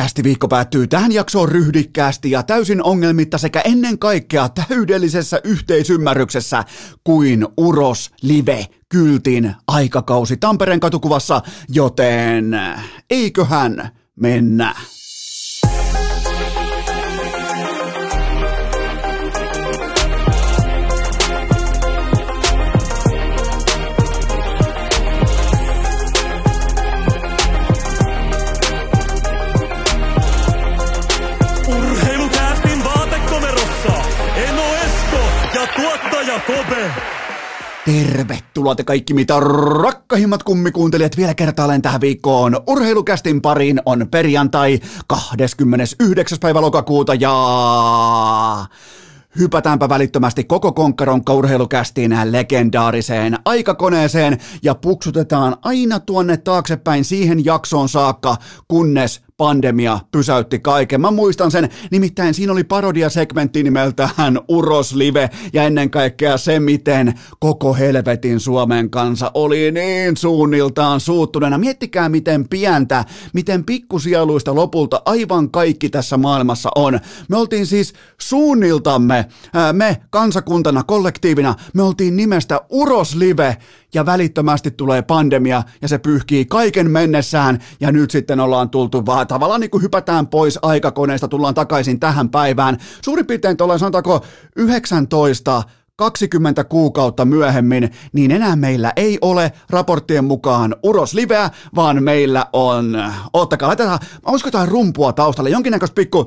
Kästiviikko päättyy tähän jaksoon ryhdikkäästi ja täysin ongelmitta sekä ennen kaikkea täydellisessä yhteisymmärryksessä kuin Uros Live -kyltin aikakausi Tampereen katukuvassa, joten eiköhän mennä. Tervetuloa te kaikki mitä rakkahimmat kummikuuntelijat vielä kertaalleen tähän viikkoon. Urheilukästin pariin on perjantai 29. päivä lokakuuta ja hypätäänpä välittömästi koko Konkkaronkka urheilukästin legendaariseen aikakoneeseen ja puksutetaan aina tuonne taaksepäin siihen jaksoon saakka, kunnes pandemia pysäytti kaiken. Mä muistan sen, nimittäin siinä oli parodiasegmentti nimeltään Uros Live ja ennen kaikkea se, miten koko helvetin Suomen kansa oli niin suunniltaan suuttuneena. Miettikää miten pientä, miten pikkusieluista lopulta aivan kaikki tässä maailmassa on. Me oltiin siis suunniltamme, me kansakuntana, kollektiivina, me oltiin nimestä Uros Live ja välittömästi tulee pandemia ja se pyyhkii kaiken mennessään ja nyt sitten ollaan tultu vaan tavallaan niin kuin hypätään pois aikakoneesta, tullaan takaisin tähän päivään. Suurin piirtein tuolla sanotaanko 20 kuukautta myöhemmin, niin enää meillä ei ole raporttien mukaan Uros Liveä, vaan meillä on, oottakaa, laitetaan, olisiko jotain rumpua taustalle, jonkinnäköistä pikku,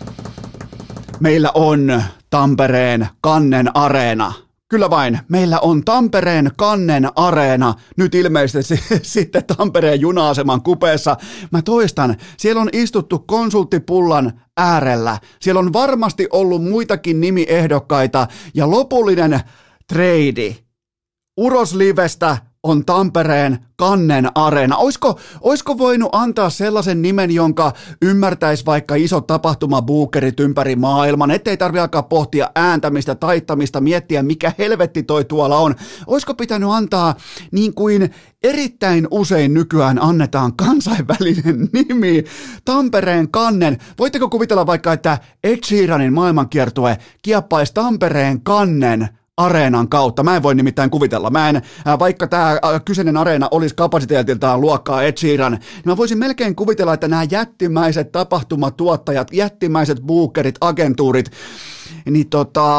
meillä on Tampereen Kannen Areena. Kyllä vain, meillä on Tampereen Kannen Areena, nyt ilmeisesti sitten Tampereen juna-aseman kupeessa. Mä toistan, siellä on istuttu konsulttipullan äärellä, siellä on varmasti ollut muitakin nimiehdokkaita ja lopullinen trade Uros Livestä on Tampereen Kannen Areena. Oisko voinut antaa sellaisen nimen, jonka ymmärtäisi vaikka isot tapahtumabuukerit ympäri maailman, ettei tarvitse alkaa pohtia ääntämistä, taittamista, miettiä mikä helvetti toi tuolla on. Oisko pitänyt antaa niin kuin erittäin usein nykyään annetaan kansainvälinen nimi, Tampereen Kannen. Voitteko kuvitella vaikka, että Ed Sheeranin maailmankiertue kieppaisi Tampereen Kannen Areenan kautta. Mä en voi nimittäin kuvitella. Vaikka tämä kyseinen areena olisi kapasiteetiltaan luokkaa Ed Sheeran, niin mä voisin melkein kuvitella, että nämä jättimäiset tapahtumatuottajat, jättimäiset bookerit, agentuurit, niin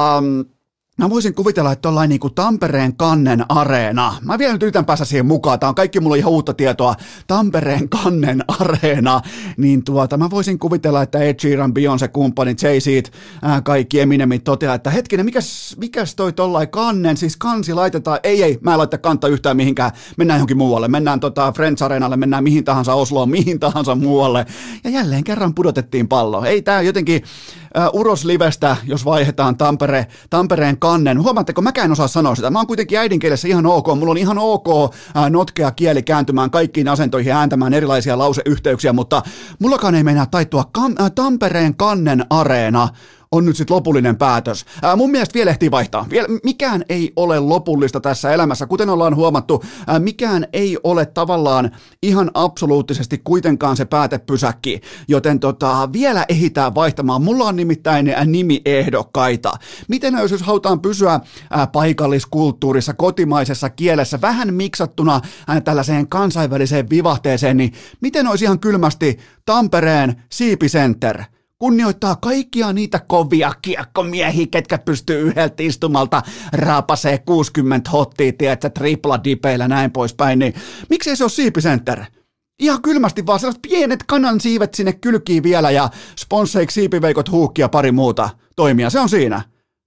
mä voisin kuvitella, että ollaan niin kuin Tampereen Kannen Areena. Mä vielä nyt yritän päästä siihen mukaan. Tää on kaikki mulla ihan uutta tietoa. Tampereen Kannen Areena. Niin mä voisin kuvitella, että Ed Sheeran, Beyoncé, kumppani, Jay-Z, kaikki Eminemit toteaa, että hetkinen, mikäs toi tollain kannen, siis kansi laitetaan. Ei, mä en laita kantta yhtään mihinkään. Mennään johonkin muualle. Mennään Friends Areenalle, mennään mihin tahansa Osloon, mihin tahansa muualle. Ja jälleen kerran pudotettiin pallo. Ei tää jotenkin Uros Livestä, jos vaihdetaan Tampereen Kannen. Huomaatteko, mäkään en osaa sanoa sitä. Mä oon kuitenkin äidinkielessä ihan ok. Mulla on ihan ok notkea kieli kääntymään kaikkiin asentoihin ja ääntämään erilaisia lauseyhteyksiä, mutta mullakaan ei meinaa taittua Tampereen Kannen Areena on nyt sitten lopullinen päätös. Mun mielestä vielä ehtii vaihtaa. Mikään ei ole lopullista tässä elämässä. Kuten ollaan huomattu, mikään ei ole tavallaan ihan absoluuttisesti kuitenkaan se päätepysäkki. Joten vielä ehditään vaihtamaan. Mulla on nimittäin nimiehdokkaita. Miten jos halutaan pysyä paikalliskulttuurissa, kotimaisessa kielessä, vähän miksattuna tällaiseen kansainväliseen vivahteeseen, niin miten olisi ihan kylmästi Tampereen Siipi Center? Kunnioittaa kaikkia niitä kovia kiekkomiehiä, ketkä pystyy yhdeltä istumalta raapasee 60 hottia, tiedätkö, tripla-dipeillä näin poispäin, niin miksei se ole Siipi Center? Ihan kylmästi vaan sellaiset pienet kanansiivet sinne kylkiin vielä ja sponsseiksi siipiveikot, huukki ja pari muuta toimia, se on siinä.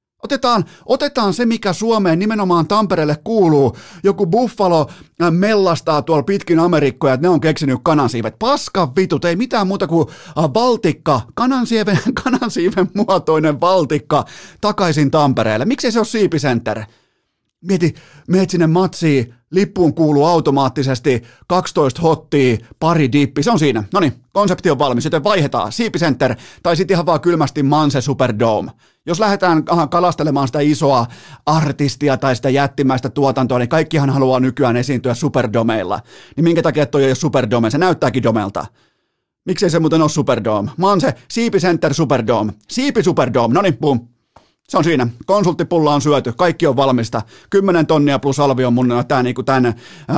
Otetaan se, mikä Suomeen nimenomaan Tampereelle kuuluu. Joku Buffalo mellastaa tuolla pitkin Amerikkoja, että ne on keksinyt kanansiivet. Paska vitut, ei mitään muuta kuin valtikka, kanansiiven muotoinen valtikka takaisin Tampereelle. Miksei se ole Siipi Center? Mieti, meet sinne matsiin, lippuun kuuluu automaattisesti 12 hottia, pari dippi, se on siinä. Noniin, konsepti on valmis, joten vaihdetaan Siipi Center tai sitten ihan vaan kylmästi Manse Superdome. Jos lähdetään kalastelemaan sitä isoa artistia tai sitä jättimäistä tuotantoa, niin kaikkihan haluaa nykyään esiintyä Superdomeilla. Niin minkä takia toi ei ole Superdome, se näyttääkin domelta. Miksei se muuten ole Superdome? Mä oon se Siipi Center Superdome. Siipi Superdome, noniin, boom. Se on siinä. Konsulttipulla on syöty. Kaikki on valmista. 10 tonnia plus Alvi on mun tää niinku tän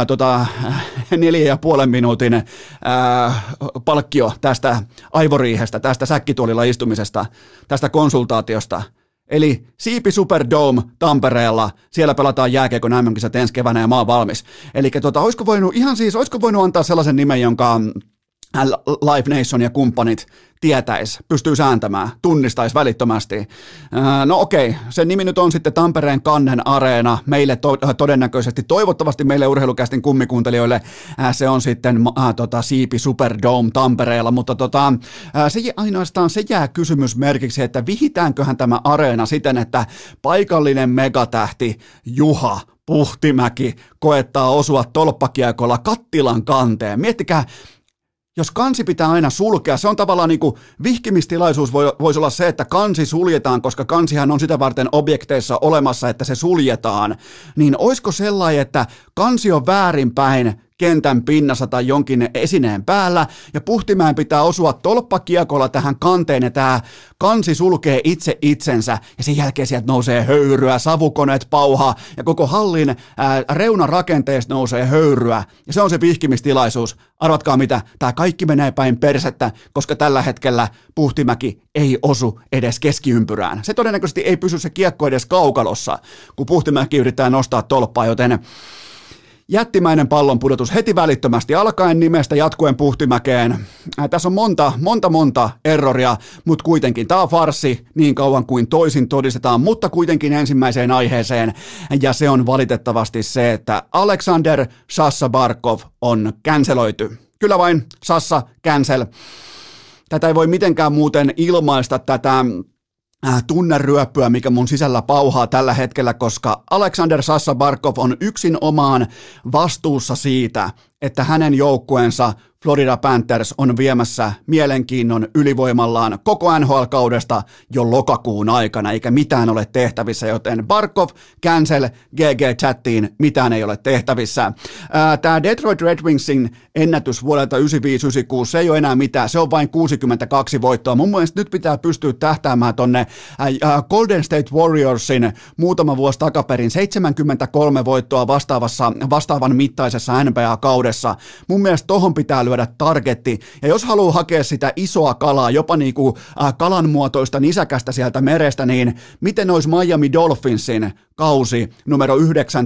4,5 minuutin palkkio tästä aivoriihestä, tästä säkkituolilla istumisesta, tästä konsultaatiosta. Eli Siipi Superdome Tampereella, siellä pelataan jääkiekon MM-kisat ensi keväänä ja mä oon valmis. Eli olisiko voinut antaa sellaisen nimen, jonka Live Nation ja kumppanit tietäis, pystyy sääntämään, tunnistaisi välittömästi. No okei, sen nimi nyt on sitten Tampereen Kannen Areena, meille todennäköisesti, toivottavasti meille urheilukästin kummikuuntelijoille se on sitten Siipi Superdome Tampereella, mutta se jää kysymysmerkiksi, että vihitäänköhän tämä areena siten, että paikallinen megatähti Juha Puhtimäki koettaa osua tolppakiekolla kattilan kanteen. Miettikää, jos kansi pitää aina sulkea, se on tavallaan niin kuin vihkimistilaisuus voisi olla se, että kansi suljetaan, koska kansihan on sitä varten objekteissa olemassa, että se suljetaan, niin olisiko sellainen, että kansi on väärinpäin kentän pinnassa tai jonkin esineen päällä, ja Puhtimäen pitää osua tolppakiekolla tähän kanteen, ja tämä kansi sulkee itse itsensä, ja sen jälkeen sieltä nousee höyryä, savukoneet pauhaa, ja koko hallin reunarakenteesta nousee höyryä, ja se on se vihkimistilaisuus. Arvatkaa mitä, tämä kaikki menee päin persettä, koska tällä hetkellä Puhtimäki ei osu edes keskiympyrään. Se todennäköisesti ei pysy se kiekko edes kaukalossa, kun Puhtimäki yrittää nostaa tolppaa, joten jättimäinen pallonpudotus heti välittömästi alkaen nimestä jatkuen Puhtimäkeen. Tässä on monta erroria, mutta kuitenkin tämä on farssi niin kauan kuin toisin todistetaan, mutta kuitenkin ensimmäiseen aiheeseen, ja se on valitettavasti se, että Alexander Sassa Barkov on canceloitu. Kyllä vain, Sassa cancel. Tätä ei voi mitenkään muuten ilmaista tätä tunneryöppyä, mikä mun sisällä pauhaa tällä hetkellä, koska Alexander Sassa Barkov on yksin omaan vastuussa siitä, että hänen joukkueensa Florida Panthers on viemässä mielenkiinnon ylivoimallaan koko NHL-kaudesta jo lokakuun aikana, eikä mitään ole tehtävissä, joten Barkov, cancel, GG-chattiin, mitään ei ole tehtävissä. Tämä Detroit Red Wingsin ennätys vuodelta 95-96, se ei ole enää mitään, se on vain 62 voittoa. Mun mielestä nyt pitää pystyä tähtäämään tonne Golden State Warriorsin muutama vuosi takaperin 73 voittoa vastaavan mittaisessa NBA-kaudessa. Mun mielestä tohon pitää lyödä targetti, ja jos haluaa hakea sitä isoa kalaa, jopa niinku kalan muotoista nisäkästä sieltä merestä, niin miten olisi Miami Dolphinsin kausi numero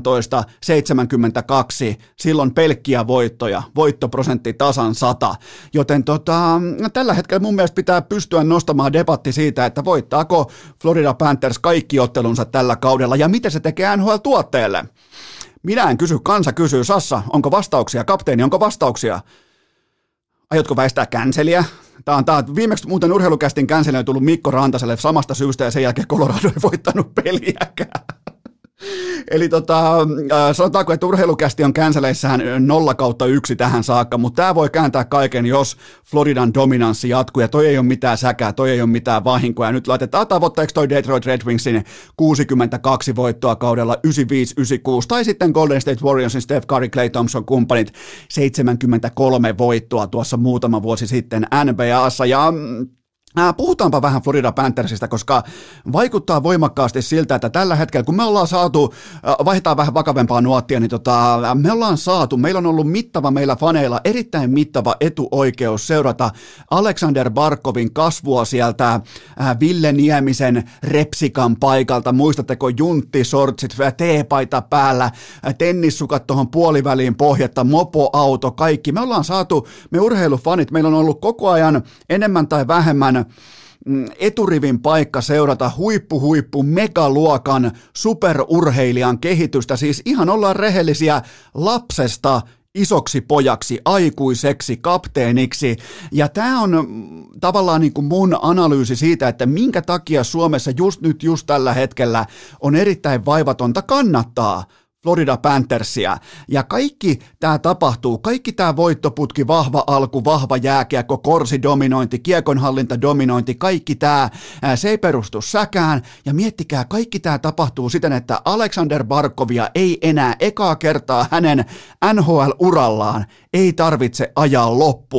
1972, silloin pelkkiä voittoja, voittoprosentti tasan 100, joten tällä hetkellä mun mielestä pitää pystyä nostamaan debatti siitä, että voittaako Florida Panthers kaikki ottelunsa tällä kaudella, ja mitä se tekee NHL-tuotteelle. Minä en kysy, kansa kysyy. Sassa, onko vastauksia? Kapteeni, onko vastauksia? Aiotko väistää canceliä? Tämä on viimeksi muuten urheilukästin canceliä on tullut Mikko Rantaselle samasta syystä, ja sen jälkeen Colorado ei voittanut peliäkään. Eli sanotaanko, että urheilukästi on canceleissään 0/1 tähän saakka, mutta tämä voi kääntää kaiken, jos Floridan dominanssi jatkuu, ja toi ei ole mitään säkää, toi ei ole mitään vahinkoa, ja nyt laitetaan tavoitteeksi toi Detroit Red Wingsin 62 voittoa kaudella 95-96, tai sitten Golden State Warriorsin Steph Curry, Klay Thompson kumppanit 73 voittoa tuossa muutama vuosi sitten NBA:ssa, ja puhutaanpa vähän Florida Panthersista, koska vaikuttaa voimakkaasti siltä, että tällä hetkellä, kun me ollaan saatu, vaihtaa vähän vakavempaa nuottia, niin meillä on ollut meillä faneilla erittäin mittava etuoikeus seurata Alexander Barkovin kasvua sieltä Ville Niemisen repsikan paikalta. Muistatteko junttisortsit, teepaita päällä, tennissukat tuohon puoliväliin pohjatta, mopoauto, kaikki. Me ollaan saatu, me urheilufanit, meillä on ollut koko ajan enemmän tai vähemmän eturivin paikka seurata huippu megaluokan superurheilijan kehitystä, siis ihan ollaan rehellisiä lapsesta isoksi pojaksi, aikuiseksi, kapteeniksi, ja tämä on tavallaan niin kuin mun analyysi siitä, että minkä takia Suomessa just tällä hetkellä on erittäin vaivatonta kannattaa Florida Panthersia, ja kaikki tämä tapahtuu, kaikki tämä voittoputki, vahva alku, vahva jääkiekko, korsidominointi, kiekonhallintadominointi, kaikki tämä, se ei perustu säkään, ja miettikää, kaikki tämä tapahtuu siten, että Alexander Barkovia ei enää ekaa kertaa hänen NHL-urallaan ei tarvitse ajaa loppuun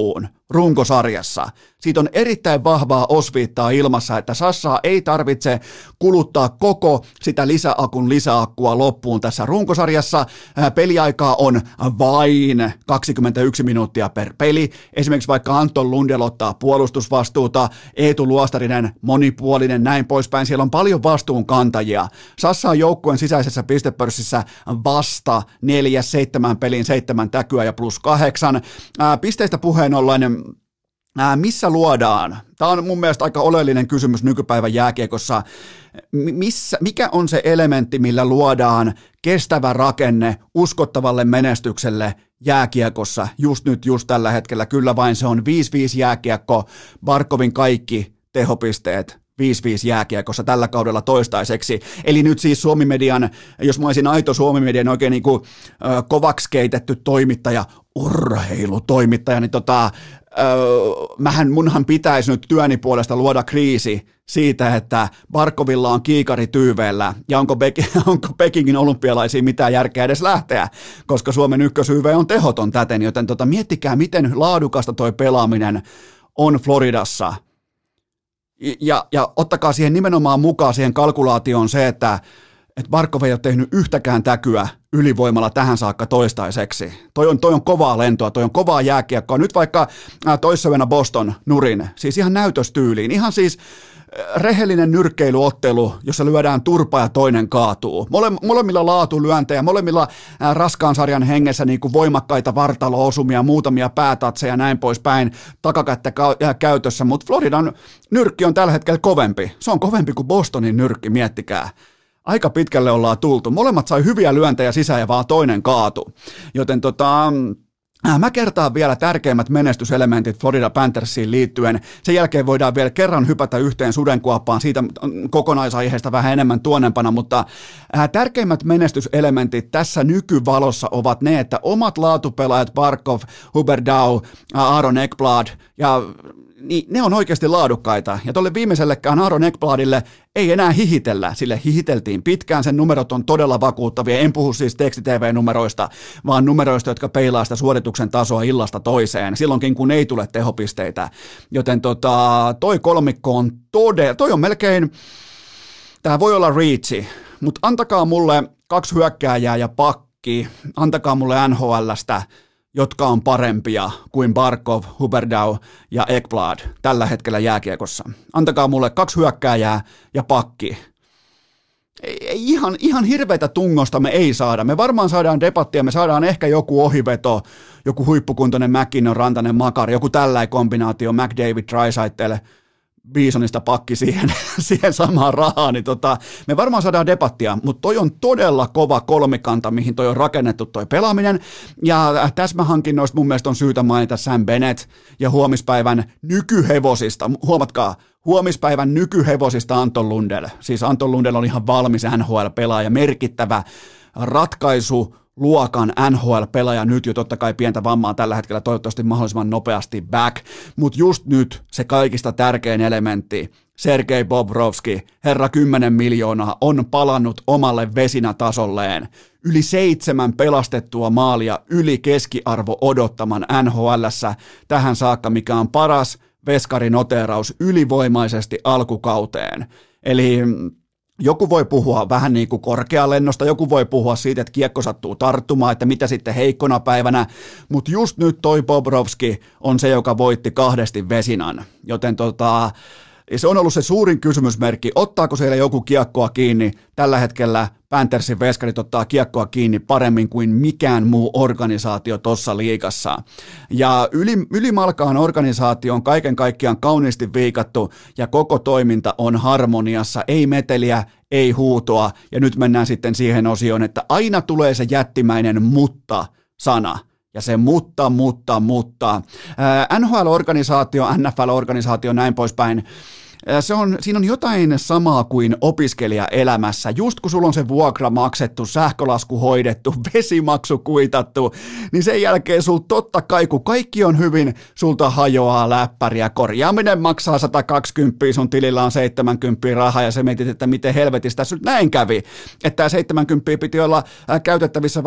runkosarjassa. Siitä on erittäin vahvaa osviittaa ilmassa, että Sassaa ei tarvitse kuluttaa koko sitä lisäakkua loppuun tässä runkosarjassa. Peliaikaa on vain 21 minuuttia per peli. Esimerkiksi vaikka Anton Lundell ottaa puolustusvastuuta, Eetu Luostarinen monipuolinen, näin poispäin. Siellä on paljon vastuunkantajia. Sassa on joukkueen sisäisessä pistepörssissä vasta 4-7 pelin 7 täkyä ja +8. Pisteistä puheen ollen, missä luodaan? Tämä on mun mielestä aika oleellinen kysymys nykypäivän jääkiekossa. Mikä on se elementti, millä luodaan kestävä rakenne uskottavalle menestykselle jääkiekossa just nyt, just tällä hetkellä? Kyllä vain se on 5-5 jääkiekko, Barkovin kaikki tehopisteet. 5-5 jääkiekossa tällä kaudella toistaiseksi. Eli nyt siis Suomi-median, jos mä olisin aito Suomi-median oikein niin kuin kovaksi keitetty toimittaja, urheilutoimittaja, niin munhan pitäisi nyt työni puolesta luoda kriisi siitä, että Barkovilla on kiikari tyyveellä ja onko Pekingin olympialaisiin mitään järkeä edes lähteä, koska Suomen ykkösyyve on tehoton täten, joten miettikää, miten laadukasta toi pelaaminen on Floridassa. Ja ottakaa siihen nimenomaan mukaan siihen kalkulaatioon se, että Barkov ei ole tehnyt yhtäkään täkyä ylivoimalla tähän saakka toistaiseksi. Toi on kovaa lentoa, toi on kovaa jääkiekkoa. Nyt vaikka toissavena Boston nurin, siis ihan näytöstyyliin, ihan siis rehellinen nyrkkeilyottelu, jossa lyödään turpa ja toinen kaatuu. Molemmilla laatulyöntejä, molemmilla raskaan sarjan hengessä niin kuin voimakkaita vartalo-osumia, muutamia päätatseja ja näin poispäin, takakättä käytössä, mutta Floridan nyrkki on tällä hetkellä kovempi. Se on kovempi kuin Bostonin nyrkki, miettikää. Aika pitkälle ollaan tultu. Molemmat sai hyviä lyöntejä sisään ja vaan toinen kaatu. Joten mä kertaan vielä tärkeimmät menestyselementit Florida Panthersiin liittyen. Sen jälkeen voidaan vielä kerran hypätä yhteen sudenkuoppaan siitä kokonaisaiheesta vähän enemmän tuonnempana, mutta tärkeimmät menestyselementit tässä nykyvalossa ovat ne, että omat laatupelaajat Barkov, Huberdeau, Aaron Ekblad ja niin ne on oikeasti laadukkaita. Ja tuolle viimeisellekään Aaron Ekbladille ei enää hihitellä. Sille hihiteltiin pitkään, sen numerot on todella vakuuttavia. En puhu siis teksti-tv-numeroista, vaan numeroista, jotka peilaa sitä suorituksen tasoa illasta toiseen, silloinkin kun ei tule tehopisteitä. Joten toi kolmikko on toi on melkein, tää voi olla reachi, mutta antakaa mulle 2 hyökkääjää ja pakki, antakaa mulle NHL:stä, jotka on parempia kuin Barkov, Huberdeau ja Ekblad tällä hetkellä jääkiekossa. Antakaa mulle 2 hyökkääjää ja pakki. Ihan hirveätä tungosta me ei saada. Me varmaan saadaan debattia, me saadaan ehkä joku ohiveto, joku huippukuntoinen McKinnon, Rantanen, Makar, joku tällainen kombinaatio, McDavid, Draisaitl, Bisonista pakki siihen samaan rahaan, niin me varmaan saadaan debattia, mutta toi on todella kova kolmikanta, mihin toi on rakennettu toi pelaaminen, ja täsmähankinnoista mun mielestä on syytä mainita Sam Bennett ja huomispäivän nykyhevosista, huomatkaa, huomispäivän nykyhevosista Anton Lundell. Siis Anton Lundell on ihan valmis NHL-pelaaja, merkittävä ratkaisu, luokan NHL-pelaaja, nyt jo totta kai pientä vammaa tällä hetkellä, toivottavasti mahdollisimman nopeasti back, mutta just nyt se kaikista tärkein elementti, Sergei Bobrovski, herra 10 miljoonaa, on palannut omalle vesinätasolleen. Yli 7 pelastettua maalia yli keskiarvo odottaman NHL:ssä tähän saakka, mikä on paras veskarinoteeraus ylivoimaisesti alkukauteen. Eli joku voi puhua vähän niin kuin korkealennosta, joku voi puhua siitä, että kiekko sattuu tarttumaan, että mitä sitten heikkona päivänä, mutta just nyt toi Bobrovski on se, joka voitti 2 Vesinan, joten se on ollut se suurin kysymysmerkki, ottaako siellä joku kiekkoa kiinni, tällä hetkellä Panthersin veskarit ottaa kiekkoa kiinni paremmin kuin mikään muu organisaatio tuossa liigassa. Ja ylimalkaan organisaatio on kaiken kaikkiaan kauniisti viikattu ja koko toiminta on harmoniassa, ei meteliä, ei huutoa. Ja nyt mennään sitten siihen osioon, että aina tulee se jättimäinen mutta-sana. Ja se mutta. NHL-organisaatio, NFL-organisaatio, näin poispäin. siinä on jotain samaa kuin opiskelijaelämässä. Just kun sulla on se vuokra maksettu, sähkölasku hoidettu, vesimaksu kuitattu, niin sen jälkeen sul totta kai, kun kaikki on hyvin, sulta hajoaa läppäriä. Korjaaminen maksaa 120, sun tilillä on 70 rahaa ja sä mietit, että miten helvetistä tässä nyt näin kävi. Että tämä 70 piti olla käytettävissä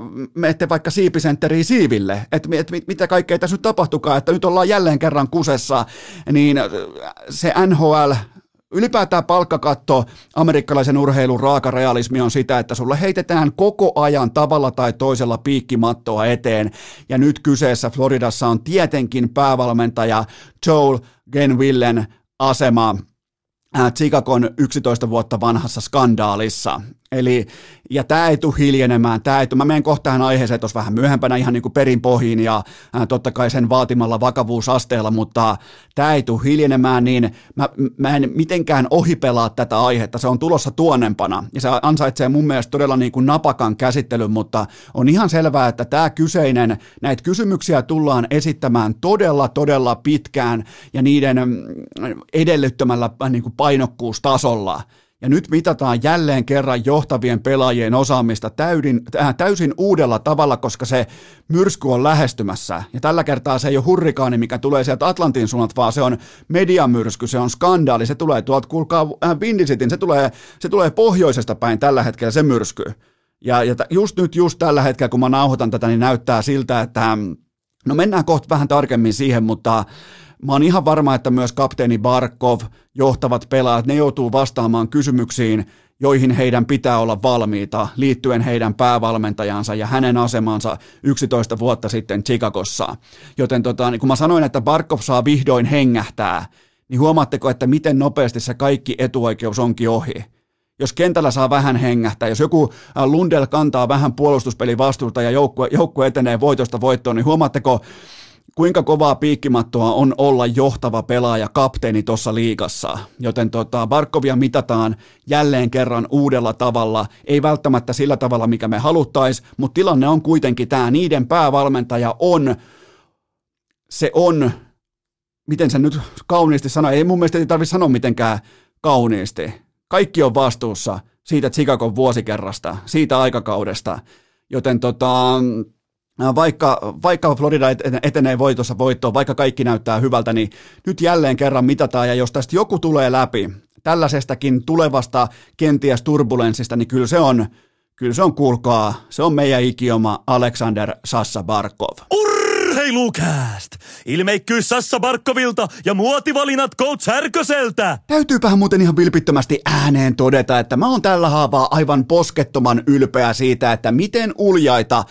vaikka siipisentteriin siiville. Että mitä kaikkea tässä nyt tapahtukaan, että nyt ollaan jälleen kerran kusessa, niin se NHL, ylipäätään palkkakatto, amerikkalaisen urheilun raaka realismi on sitä, että sulle heitetään koko ajan tavalla tai toisella piikkimattoa eteen, ja nyt kyseessä Floridassa on tietenkin päävalmentaja Joel Genvillen asema Chicagon 11 vuotta vanhassa skandaalissa. Eli, ja tämä ei tule hiljenemään, mä menen kohta tähän aiheeseen tuossa vähän myöhempänä ihan niin kuin perinpohjiin ja totta kai sen vaatimalla vakavuusasteella, mutta tämä ei tule hiljenemään, niin mä en mitenkään ohipelaa tätä aihetta, se on tulossa tuonnempana ja se ansaitsee mun mielestä todella niin kuin napakan käsittelyn, mutta on ihan selvää, että tämä kyseinen, näitä kysymyksiä tullaan esittämään todella pitkään ja niiden edellyttämällä niin kuin painokkuustasolla. Ja nyt mitataan jälleen kerran johtavien pelaajien osaamista täysin uudella tavalla, koska se myrsky on lähestymässä. Ja tällä kertaa se ei ole hurrikaani, mikä tulee sieltä Atlantin suunnalta, vaan se on mediamyrsky, se on skandaali, se tulee tuolta, kuulkaa Windy Cityn, se tulee pohjoisesta päin tällä hetkellä se myrsky. Ja just tällä hetkellä, kun mä nauhoitan tätä, niin näyttää siltä, että no mennään kohta vähän tarkemmin siihen, mutta mä oon ihan varma, että myös kapteeni Barkov, johtavat pelaajat, ne joutuu vastaamaan kysymyksiin, joihin heidän pitää olla valmiita liittyen heidän päävalmentajansa ja hänen asemansa 11 vuotta sitten Chicagossa. Joten niin kun mä sanoin, että Barkov saa vihdoin hengähtää, niin huomaatteko, että miten nopeasti se kaikki etuoikeus onkin ohi. Jos kentällä saa vähän hengähtää, jos joku Lundell kantaa vähän puolustuspeli vastuuta ja joukkue etenee voitosta voittoon, niin huomaatteko, kuinka kovaa piikkimattoa on olla johtava pelaaja, kapteeni tuossa liigassa, joten Barkovia mitataan jälleen kerran uudella tavalla, ei välttämättä sillä tavalla, mikä me haluttaisiin, mutta tilanne on kuitenkin tämä, niiden päävalmentaja on, miten se nyt kauniisti sanoo, ei mun mielestä ei tarvitse sanoa mitenkään kauniisti, kaikki on vastuussa siitä Chicagon vuosikerrasta, siitä aikakaudesta, joten Vaikka Florida etenee voitossa voittoon, vaikka kaikki näyttää hyvältä, niin nyt jälleen kerran mitataan, ja jos tästä joku tulee läpi, tällaisestakin tulevasta kenties turbulenssista, niin kyllä se on kuulkaa, se on meidän ikioma Alexander Sassa Barkov. Urheilukääst! Ilmeikkyys Sassa Barkovilta ja muotivalinnat Coach Härköseltä! Täytyypähän muuten ihan vilpittömästi ääneen todeta, että mä oon tällä haavaa aivan poskettoman ylpeä siitä, että miten uljaita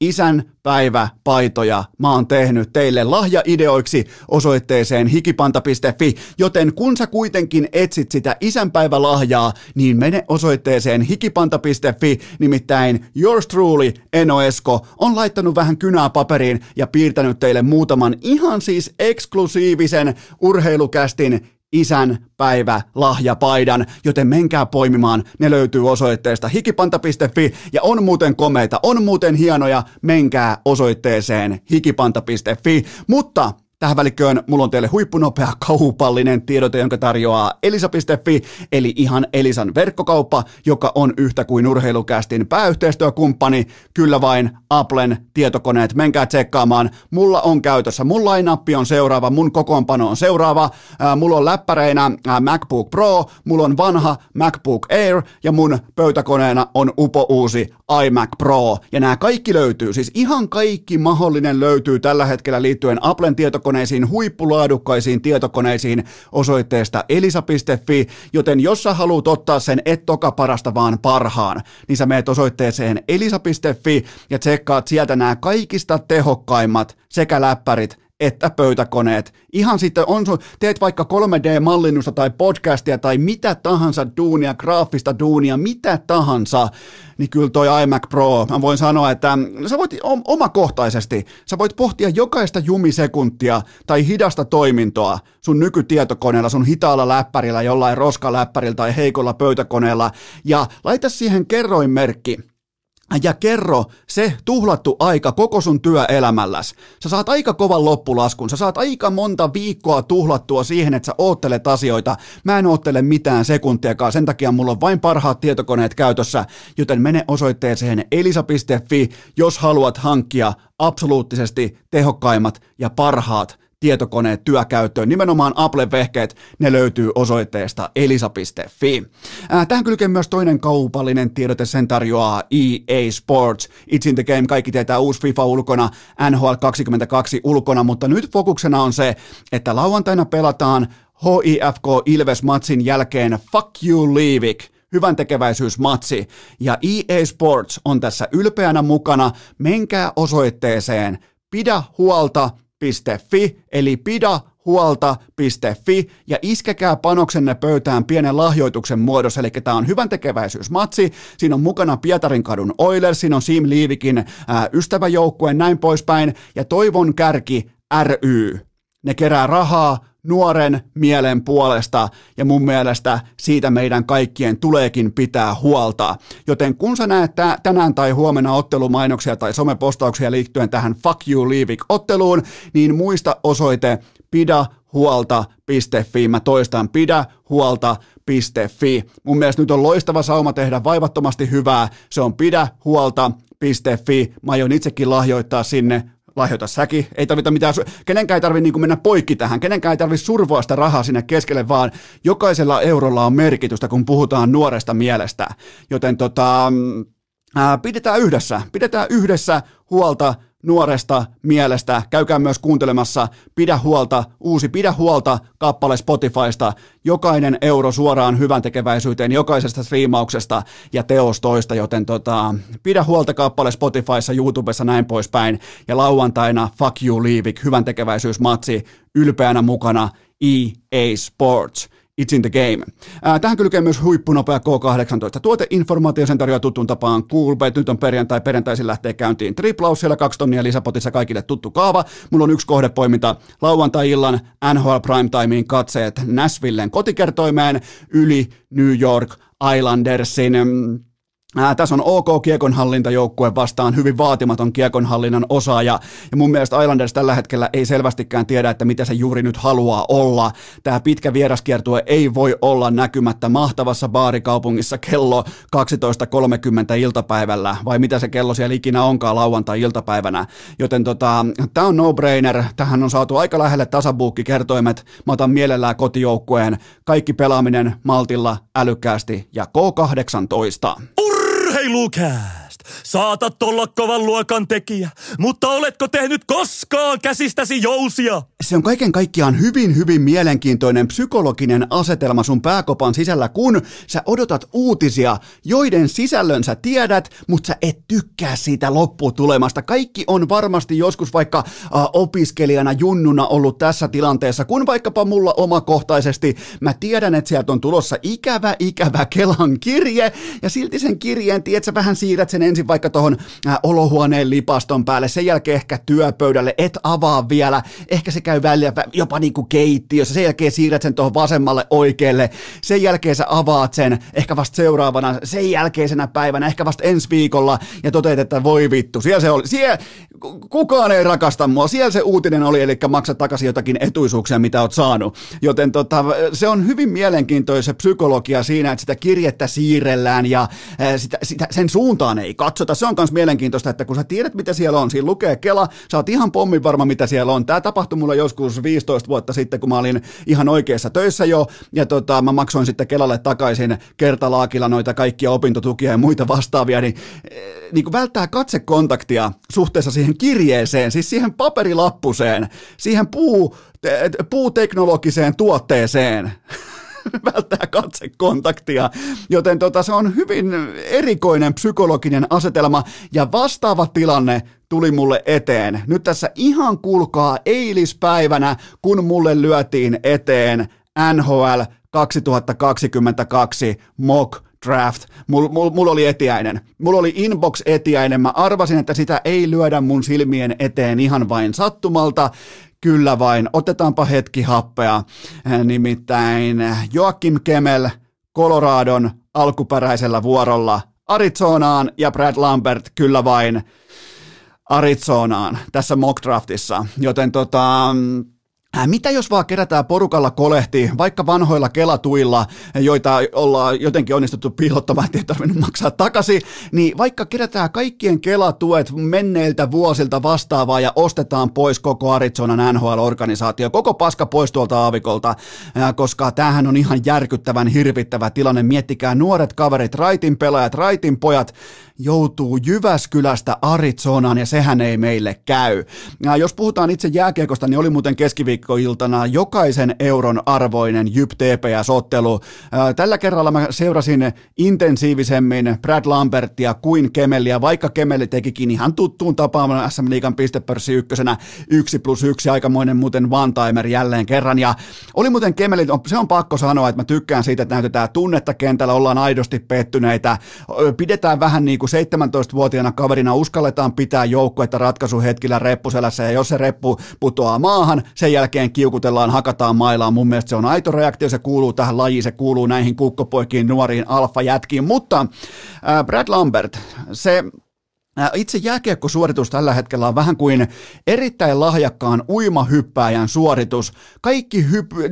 isänpäiväpaitoja mä oon tehnyt teille lahjaideoiksi osoitteeseen hikipanta.fi, joten kun sä kuitenkin etsit sitä isänpäivälahjaa, niin mene osoitteeseen hikipanta.fi, nimittäin yours truly, Eno Esko, on laittanut vähän kynää paperiin ja piirtänyt teille muutaman ihan siis eksklusiivisen urheilukästin isänpäivälahjapaidan, joten menkää poimimaan, ne löytyy osoitteesta hikipanta.fi ja on muuten komeita, on muuten hienoja, menkää osoitteeseen hikipanta.fi, mutta tähän välikköön mulla on teille huippunopea kaupallinen tiedote, jonka tarjoaa elisa.fi, eli ihan Elisan verkkokauppa, joka on yhtä kuin urheilukästin pääyhteistyökumppani, kyllä vain Applen tietokoneet, menkää tsekkaamaan, mulla on käytössä, mun line-appi on seuraava, mun kokoonpano on seuraava, mulla on läppäreinä MacBook Pro, mulla on vanha MacBook Air ja mun pöytäkoneena on uusi iMac Pro, ja nämä kaikki löytyy, siis ihan kaikki mahdollinen löytyy tällä hetkellä liittyen Applen tietokoneisiin, huippulaadukkaisiin tietokoneisiin osoitteesta elisa.fi, joten jos sä haluat ottaa sen et toka parasta vaan parhaan, niin sä meet osoitteeseen elisa.fi ja tsekkaat sieltä nämä kaikista tehokkaimmat sekä läppärit että pöytäkoneet. Ihan sitten teet vaikka 3D-mallinnusta tai podcastia tai mitä tahansa duunia, graafista duunia, mitä tahansa, niin kyllä toi iMac Pro, mä voin sanoa, että sä voit omakohtaisesti, sä voit pohtia jokaista jumisekuntia tai hidasta toimintoa sun nykytietokoneella, sun hitaalla läppärillä, jollain roskaläppärillä tai heikolla pöytäkoneella, ja laita siihen kerroinmerkki ja kerro se tuhlattu aika koko sun työelämälläs. Sä saat aika kovan loppulaskun, sä saat aika monta viikkoa tuhlattua siihen, että sä oottelet asioita. Mä en oottele mitään sekuntiakaan, sen takia mulla on vain parhaat tietokoneet käytössä, joten mene osoitteeseen elisa.fi, jos haluat hankkia absoluuttisesti tehokkaimmat ja parhaat tietokoneet työkäyttöön. Nimenomaan Apple-vehkeet, ne löytyy osoitteesta elisa.fi. Tähän kylkee myös toinen kaupallinen tiedote, sen tarjoaa EA Sports. It's in the game, kaikki tietää uusi FIFA ulkona, NHL 22 ulkona, mutta nyt fokuksena on se, että lauantaina pelataan HIFK Ilves-matsin jälkeen Fuck You Leavik, hyvän tekeväisyysmatsi, ja EA Sports on tässä ylpeänä mukana. Menkää osoitteeseen pidähuolta.fi, eli pidähuolta.fi, ja iskekää panoksenne pöytään pienen lahjoituksen muodossa, eli tämä on hyvän tekeväisyysmatsi, siinä on mukana Pietarinkadun Oilers, siinä on Sim Liivikin ystäväjoukkue, näin poispäin, ja Toivon Kärki ry, ne kerää rahaa nuoren mielen puolesta, ja mun mielestä siitä meidän kaikkien tuleekin pitää huolta. Joten kun sä näet tänään tai huomenna ottelumainoksia tai somepostauksia liittyen tähän Fuck You Leavik-otteluun, niin muista osoite pidähuolta.fi. Mä toistan, pidähuolta.fi. Mun mielestä nyt on loistava sauma tehdä vaivattomasti hyvää. Se on pidähuolta.fi. Mä aion itsekin lahjoittaa sinne. Lahjoita säkin, ei tarvita mitään, kenenkään ei tarvitse mennä poikki tähän, kenenkään ei tarvitse survoa sitä rahaa sinne keskelle, vaan jokaisella eurolla on merkitystä, kun puhutaan nuoresta mielestä, joten pidetään yhdessä huolta nuoresta mielestä. Käykää myös kuuntelemassa uusi Pidä huolta -kappale Spotifysta. Jokainen euro suoraan hyvän tekeväisyyteen jokaisesta striimauksesta ja teostoista, joten Pidä huolta -kappale Spotifyssa, YouTubessa, näin poispäin. Ja lauantaina Fuck You Leavik, hyvän tekeväisyysmatsi, ylpeänä mukana EA Sports. It's in the game. Tähän kylkee myös huippunopea K18. Tuoteinformaatio, sen tarjoaa tuttuun tapaan Coolbet. Nyt on perjantaisin lähtee käyntiin triplaus, siellä 2 tonnia lisäpotissa, kaikille tuttu kaava. Mulla on yksi kohdepoiminta lauantai-illan NHL Primetimeen katseet Nashvillen kotikertoimeen yli New York Islandersin. Tässä on OK kiekonhallintajoukkue vastaan hyvin vaatimaton kiekonhallinnan osaaja, ja mun mielestä Islanders tällä hetkellä ei selvästikään tiedä, että mitä se juuri nyt haluaa olla. Tämä pitkä vieraskiertue ei voi olla näkymättä mahtavassa baarikaupungissa kello 12.30 iltapäivällä, vai mitä se kello siellä ikinä onkaan lauantai-iltapäivänä, joten tämä on no-brainer, tähän on saatu aika lähelle tasabuukkikertoimet, mä otan mielellään kotijoukkueen, kaikki pelaaminen maltilla, älykkäästi ja K18. Urheilukääst! Saatat olla kovan luokan tekijä, mutta oletko tehnyt koskaan käsistäsi jousia? Se on kaiken kaikkiaan hyvin mielenkiintoinen psykologinen asetelma sun pääkopan sisällä, kun sä odotat uutisia, joiden sisällön sä tiedät, mutta sä et tykkää siitä lopputulemasta. Kaikki on varmasti joskus vaikka opiskelijana, junnuna ollut tässä tilanteessa, kun vaikkapa mulla omakohtaisesti mä tiedän, että sieltä on tulossa ikävä Kelan kirje, ja silti sen kirjeen, tiedät, sä vähän siirrät sen ensin vaikka tuohon olohuoneen lipaston päälle, sen jälkeen ehkä työpöydälle, et avaa vielä, ehkä se käy välillä jopa niin kuin keittiössä, sen jälkeen siirrät sen tuohon vasemmalle oikealle, sen jälkeen sä avaat sen ehkä vasta seuraavana, sen jälkeisenä päivänä, ehkä vasta ensi viikolla, ja toteat, että voi vittu, siellä se oli, kukaan ei rakasta mua, siellä se uutinen oli, eli maksa takaisin jotakin etuisuuksia, mitä oot saanut, joten se on hyvin mielenkiintoinen psykologia siinä, että sitä kirjettä siirrellään, ja sen suuntaan ei katsota. Se on myös mielenkiintoista, että kun sä tiedät, mitä siellä on, siinä lukee Kela, sä oot ihan pommin varma, mitä siellä on. Tämä tapahtui mulle joskus 15 vuotta sitten, kun mä olin ihan oikeassa töissä jo, ja mä maksoin sitten Kelalle takaisin kertalaakilla noita kaikkia opintotukia ja muita vastaavia, niin kuin välttää katsekontaktia suhteessa siihen kirjeeseen, siis siihen paperilappuseen, siihen puuteknologiseen tuotteeseen. Välttää katsekontaktia, joten se on hyvin erikoinen psykologinen asetelma, ja vastaava tilanne tuli mulle eteen. Nyt tässä ihan kuulkaa eilispäivänä, kun mulle lyötiin eteen NHL 2022 mock draft. Mulla oli etiäinen. Mulla oli inbox-etiäinen. Mä arvasin, että sitä ei lyödä mun silmien eteen ihan vain sattumalta. Kyllä vain, otetaanpa hetki happea. Nimittäin Joakim Kemel Coloradon alkuperäisellä vuorolla Arizonaan ja Brad Lambert kyllä vain Arizonaan tässä mock draftissa, joten mitä jos vaan kerätään porukalla kolehti, vaikka vanhoilla kelatuilla, joita ollaan jotenkin onnistuttu piilottamaan, ettei tarvinnut maksaa takaisin, niin vaikka kerätään kaikkien kelatuet menneiltä vuosilta vastaavaa ja ostetaan pois koko Arizonan NHL-organisaatio, koko paska pois tuolta aavikolta, koska tämähän on ihan järkyttävän hirvittävä tilanne. Miettikää nuoret kaverit, Raitin pelaajat, Raitin pojat, joutuu Jyväskylästä Arizonaan ja sehän ei meille käy. Ja jos puhutaan itse jääkiekosta, niin oli muuten keskiviikkoiltana jokaisen euron arvoinen Jyp TPS-ottelu. Tällä kerralla mä seurasin intensiivisemmin Brad Lambertia kuin Kemeliä, vaikka Kemeli tekikin ihan tuttuun tapaan SM Liigan pistepörssi ykkösenä 1+1, aikamoinen muuten one-timer jälleen kerran. Ja oli muuten Kemeli, se on pakko sanoa, että mä tykkään siitä, että näytetään tunnetta kentällä, ollaan aidosti pettyneitä, pidetään vähän niin kuin 17-vuotiaana kaverina, uskalletaan pitää joukkuetta ratkaisuhetkillä reppuselässä, ja jos se reppu putoaa maahan, sen jälkeen kiukutellaan, hakataan mailaan. Mun mielestä se on aito reaktio, se kuuluu tähän lajiin, se kuuluu näihin kukkopoikiin, nuoriin alfajätkiin, mutta Brad Lambert, se itse jääkiekkosuoritus tällä hetkellä on vähän kuin erittäin lahjakkaan uimahyppääjän suoritus, kaikki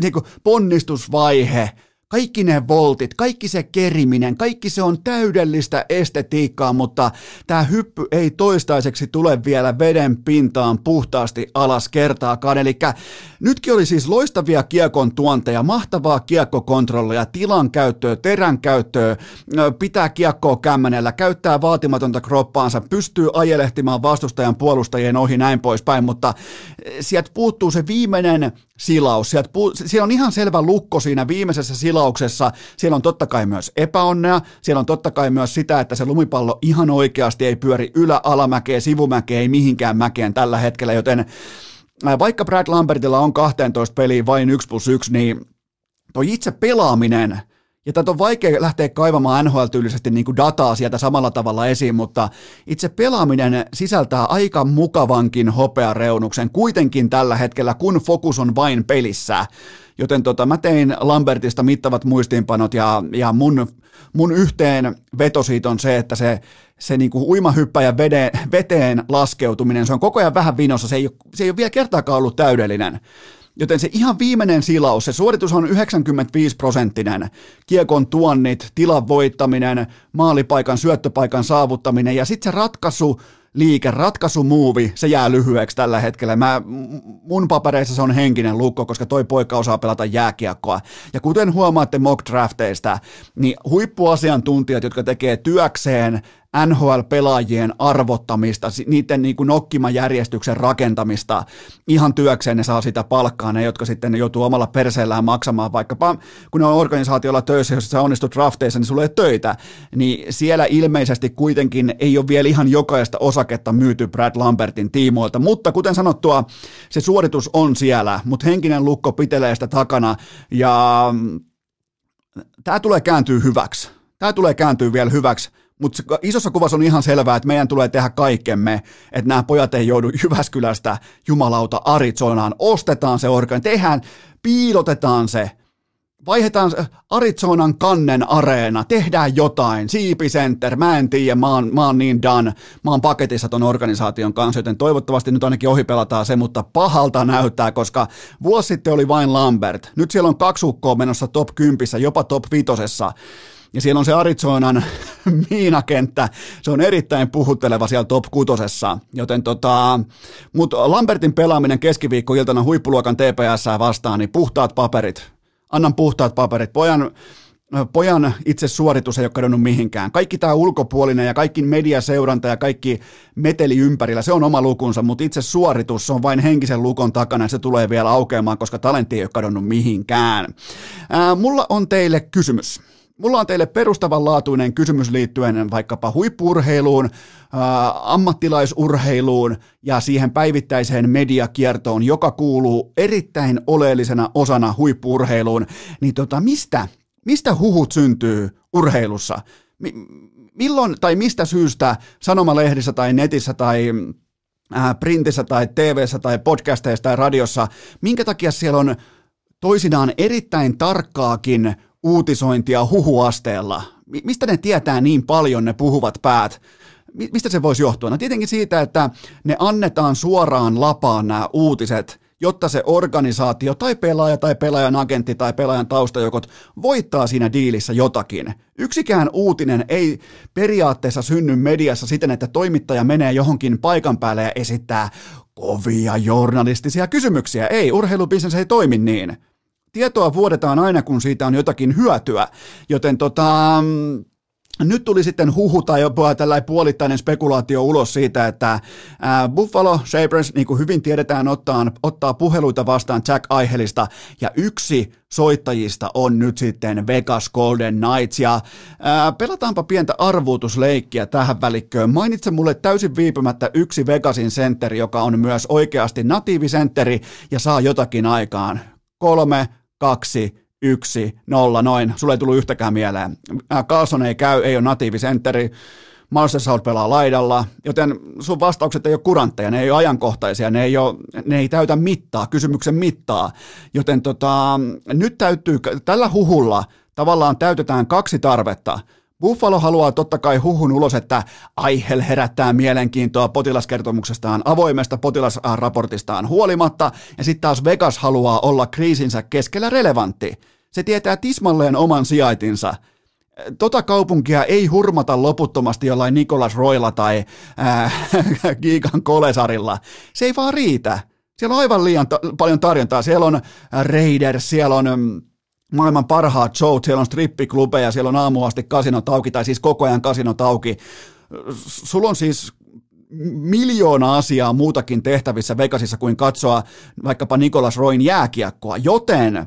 ponnistusvaihe, kaikki ne voltit, kaikki se keriminen, kaikki se on täydellistä estetiikkaa, mutta tämä hyppy ei toistaiseksi tule vielä veden pintaan puhtaasti alas kertaakaan. Eli nytkin oli siis loistavia kiekon tuonteja, mahtavaa kiekkokontrollia, tilan käyttöä, terän käyttöä, pitää kiekkoa kämmenellä, käyttää vaatimatonta kroppaansa, pystyy ajelehtimaan vastustajan puolustajien ohi näin poispäin, mutta sieltä puuttuu se viimeinen silaus. Siellä on ihan selvä lukko siinä viimeisessä silauksessa. Siellä on totta kai myös epäonnea. Siellä on totta kai myös sitä, että se lumipallo ihan oikeasti ei pyöri ylä-alamäkeen, sivumäkeen, ei mihinkään mäkeen tällä hetkellä, joten vaikka Brad Lambertilla on 12 peliä vain 1+1, niin toi itse pelaaminen, ja tätä on vaikea lähteä kaivamaan NHL-tyylisesti niin kuin dataa sieltä samalla tavalla esiin, mutta itse pelaaminen sisältää aika mukavankin hopeareunuksen kuitenkin tällä hetkellä, kun fokus on vain pelissä. Joten mä tein Lambertista mittavat muistiinpanot ja mun yhteen veto siitä on se, että se niin kuin uimahyppäjän veteen laskeutuminen, se on koko ajan vähän vinossa, se ei ole vielä kertaakaan ollut täydellinen. Joten se ihan viimeinen silaus, se suoritus on 95%, kiekon tuonnit, tilan voittaminen, maalipaikan, syöttöpaikan saavuttaminen ja sitten se ratkaisumuovi, se jää lyhyeksi tällä hetkellä. Mun papereissa se on henkinen lukko, koska toi poika osaa pelata jääkiekkoa. Ja kuten huomaatte mock drafteista, niin huippuasiantuntijat, jotka tekee työkseen NHL-pelaajien arvottamista, niiden niin kuin nokkimajärjestyksen rakentamista, ihan työkseen ne saa sitä palkkaa, ne jotka sitten joutuu omalla perseellään maksamaan, vaikkapa kun ne on organisaatiolla töissä, jos sä onnistut drafteissa, niin sulla ei töitä, niin siellä ilmeisesti kuitenkin ei ole vielä ihan jokaista osaketta myyty Brad Lambertin tiimoilta, mutta kuten sanottua, se suoritus on siellä, mutta henkinen lukko pitelee sitä takana, ja tämä tulee kääntyä hyväksi. Tämä tulee kääntyä vielä hyväksi. Mutta isossa kuvassa on ihan selvää, että meidän tulee tehdä kaikkemme, että nämä pojat ei joudu Jyväskylästä jumalauta Arizonaan. Ostetaan se piilotetaan se, vaihdetaan Arizonan kannen areena, tehdään jotain, Siipi-center, mä en tiedä, mä oon niin done, mä oon paketissa ton organisaation kanssa, joten toivottavasti nyt ainakin ohipelataan se, mutta pahalta näyttää, koska vuosi sitten oli vain Lambert, nyt siellä on 2 ukkoa menossa top 10, jopa top 5, ja siellä on se Arizonan miinakenttä, se on erittäin puhutteleva siellä top 6, joten mutta Lambertin pelaaminen keskiviikkoiltana huippuluokan TPS:ää vastaan, niin puhtaat paperit, annan puhtaat paperit, pojan itse suoritus ei ole kadonnut mihinkään. Kaikki tämä ulkopuolinen ja kaikki mediaseuranta ja kaikki meteli ympärillä, se on oma lukunsa, mutta itse suoritus, se on vain henkisen lukon takana ja se tulee vielä aukeamaan, koska talentti ei ole kadonnut mihinkään. Mulla on teille kysymys. Mulla on teille perustavanlaatuinen kysymys liittyen vaikkapa huippu-urheiluun, ammattilaisurheiluun ja siihen päivittäiseen mediakiertoon, joka kuuluu erittäin oleellisena osana huippu-urheiluun. Niin mistä huhut syntyy urheilussa? Milloin tai mistä syystä sanomalehdissä tai netissä tai printissä tai TV:ssä tai podcasteissa tai radiossa, minkä takia siellä on toisinaan erittäin tarkkaakin uutisointia huhuasteella? mistä ne tietää niin paljon ne puhuvat päät? Mistä se voisi johtua? No tietenkin siitä, että ne annetaan suoraan lapaan nämä uutiset, jotta se organisaatio tai pelaaja tai pelaajan agentti tai pelaajan taustajoukot voittaa siinä diilissä jotakin. Yksikään uutinen ei periaatteessa synny mediassa siten, että toimittaja menee johonkin paikan päälle ja esittää kovia journalistisia kysymyksiä. Ei, urheilubisnes ei toimi niin. Tietoa vuodetaan aina, kun siitä on jotakin hyötyä, joten nyt tuli sitten huhu tai jopa tällainen puolittainen spekulaatio ulos siitä, että Buffalo Sabres, niin kuin hyvin tiedetään, ottaa puheluita vastaan Jack Eichelista, ja yksi soittajista on nyt sitten Vegas Golden Knights, ja pelataanpa pientä arvuutusleikkiä tähän välikköön. Mainitse mulle täysin viipymättä yksi Vegasin sentteri, joka on myös oikeasti natiivisentteri ja saa jotakin aikaan. 3, 2, 1, 0, noin. Sulle ei tullut yhtäkään mieleen. Carlson ei käy, ei ole natiivisentteri. Marcel Saut pelaa laidalla, joten sun vastaukset ei ole kurantteja, ne ei ole ajankohtaisia, ne ei täytä mittaa, kysymyksen mittaa. Joten nyt täytyy, tällä huhulla tavallaan täytetään kaksi tarvetta. Buffalo haluaa totta kai huhun ulos, että Eichel herättää mielenkiintoa potilaskertomuksestaan, avoimesta potilasraportistaan huolimatta, ja sitten taas Vegas haluaa olla kriisinsä keskellä relevantti. Se tietää tismalleen oman sijaitinsa. Tota kaupunkia ei hurmata loputtomasti jollain Nicolas Roylla tai Gigan Kolesarilla. Se ei vaan riitä. Siellä on aivan liian paljon tarjontaa. Siellä on Raiders, siellä on maailman parhaat showt, siellä on strippiklubeja, siellä on aamuasti kasinot auki, tai siis koko ajan kasinot auki. Sulla on siis miljoona asiaa muutakin tehtävissä Vegasissa kuin katsoa vaikkapa Nicolas Royn jääkiekkoa, joten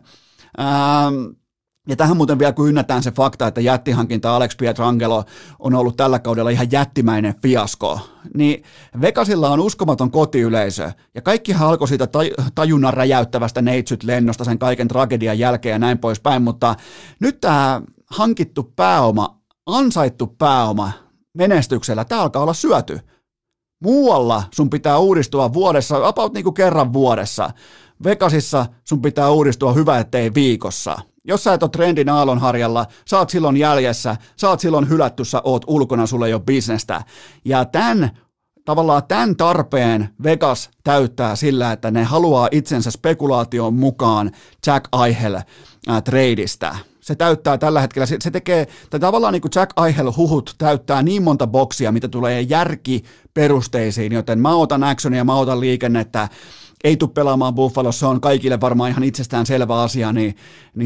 ja tähän muuten vielä kun ynnätään se fakta, että jättihankinta Alex Pietrangelo on ollut tällä kaudella ihan jättimäinen fiasko, niin Vegasilla on uskomaton kotiyleisö, ja kaikkihan alkoi siitä tajunnan räjäyttävästä neitsyt-lennosta sen kaiken tragedian jälkeen ja näin poispäin, mutta nyt tämä hankittu pääoma, ansaittu pääoma menestyksellä, tämä alkaa olla syöty. Muualla sun pitää uudistua vuodessa, about niin kuin kerran vuodessa. Vegasissa sun pitää uudistua hyvä ettei viikossa. Jos sä et ole trendin aallonharjalla, sä oot silloin jäljessä, sä oot silloin hylätty, sä oot ulkona, sulle ei ole bisnestä. Ja tämän tarpeen Vegas täyttää sillä, että ne haluaa itsensä spekulaation mukaan Jack Eichel tradeista. Se täyttää tällä hetkellä, se tekee, tavallaan niin kuin Jack Eichel-huhut täyttää niin monta boksia, mitä tulee järkiperusteisiin, joten mä otan actionia, mä otan liikennettä, ei tule pelaamaan Buffalossa, se on kaikille varmaan ihan itsestään selvä asia, niin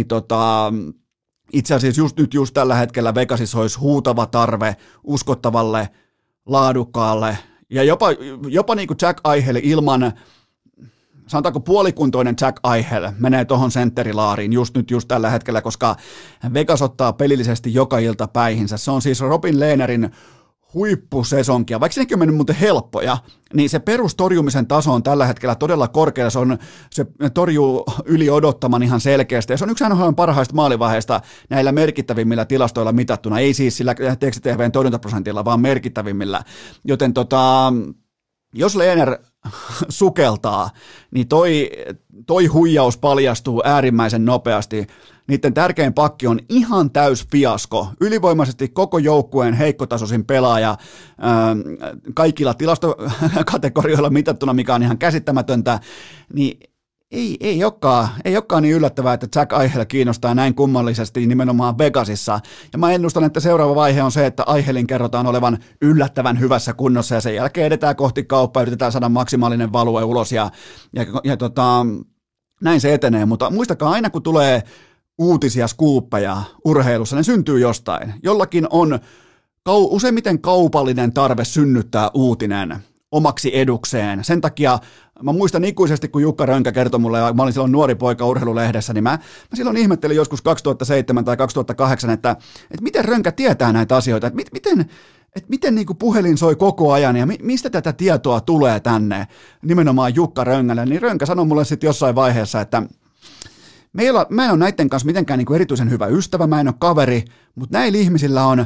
itse asiassa just tällä hetkellä Vegasissa olisi huutava tarve uskottavalle, laadukkaalle ja jopa niin kuin Jack Eichel ilman, sanotaanko puolikuntoinen Jack Eichel menee tuohon sentterilaariin just tällä hetkellä, koska Vegas ottaa pelillisesti joka ilta päihinsä. Se on siis Robin Lehnerin huippusesonkia, vaikka sekin on mennyt muuten helppoja, niin se perustorjumisen taso on tällä hetkellä todella korkea, se torjuu yli odottaman ihan selkeästi, ja se on yksi NHL:n parhaista maalivaiheista näillä merkittävimmillä tilastoilla mitattuna, ei siis sillä TXTV:n torjuntaprosentilla, vaan merkittävimmillä, joten jos Lehner sukeltaa, niin toi huijaus paljastuu äärimmäisen nopeasti. Niiden tärkein pakki on ihan täys fiasko. Ylivoimaisesti koko joukkueen heikkotasoisin pelaaja kaikilla tilastokategorioilla mitattuna, mikä on ihan käsittämätöntä, niin ei olekaan niin yllättävää, että Jack Eichel kiinnostaa näin kummallisesti nimenomaan Vegasissa. Ja mä ennustan, että seuraava vaihe on se, että Eichelin kerrotaan olevan yllättävän hyvässä kunnossa ja sen jälkeen edetään kohti kauppaa, yritetään saada maksimaalinen value ulos ja näin se etenee. Mutta muistakaa aina, kun tulee uutisia, skuuppeja urheilussa, ne syntyy jostain. Jollakin on useimmiten kaupallinen tarve synnyttää uutinen omaksi edukseen. Sen takia mä muistan ikuisesti, kun Jukka Rönkä kertoi mulle, ja mä olin silloin nuori poika urheilulehdessä, niin mä silloin ihmettelin joskus 2007 tai 2008, että miten Rönkä tietää näitä asioita, että miten niin kuin puhelin soi koko ajan ja mistä tätä tietoa tulee tänne nimenomaan Jukka Röngälle, niin Rönkä sanoi mulle sitten jossain vaiheessa, että mä en ole näiden kanssa mitenkään niin kuin erityisen hyvä ystävä, mä en ole kaveri, mutta näillä ihmisillä on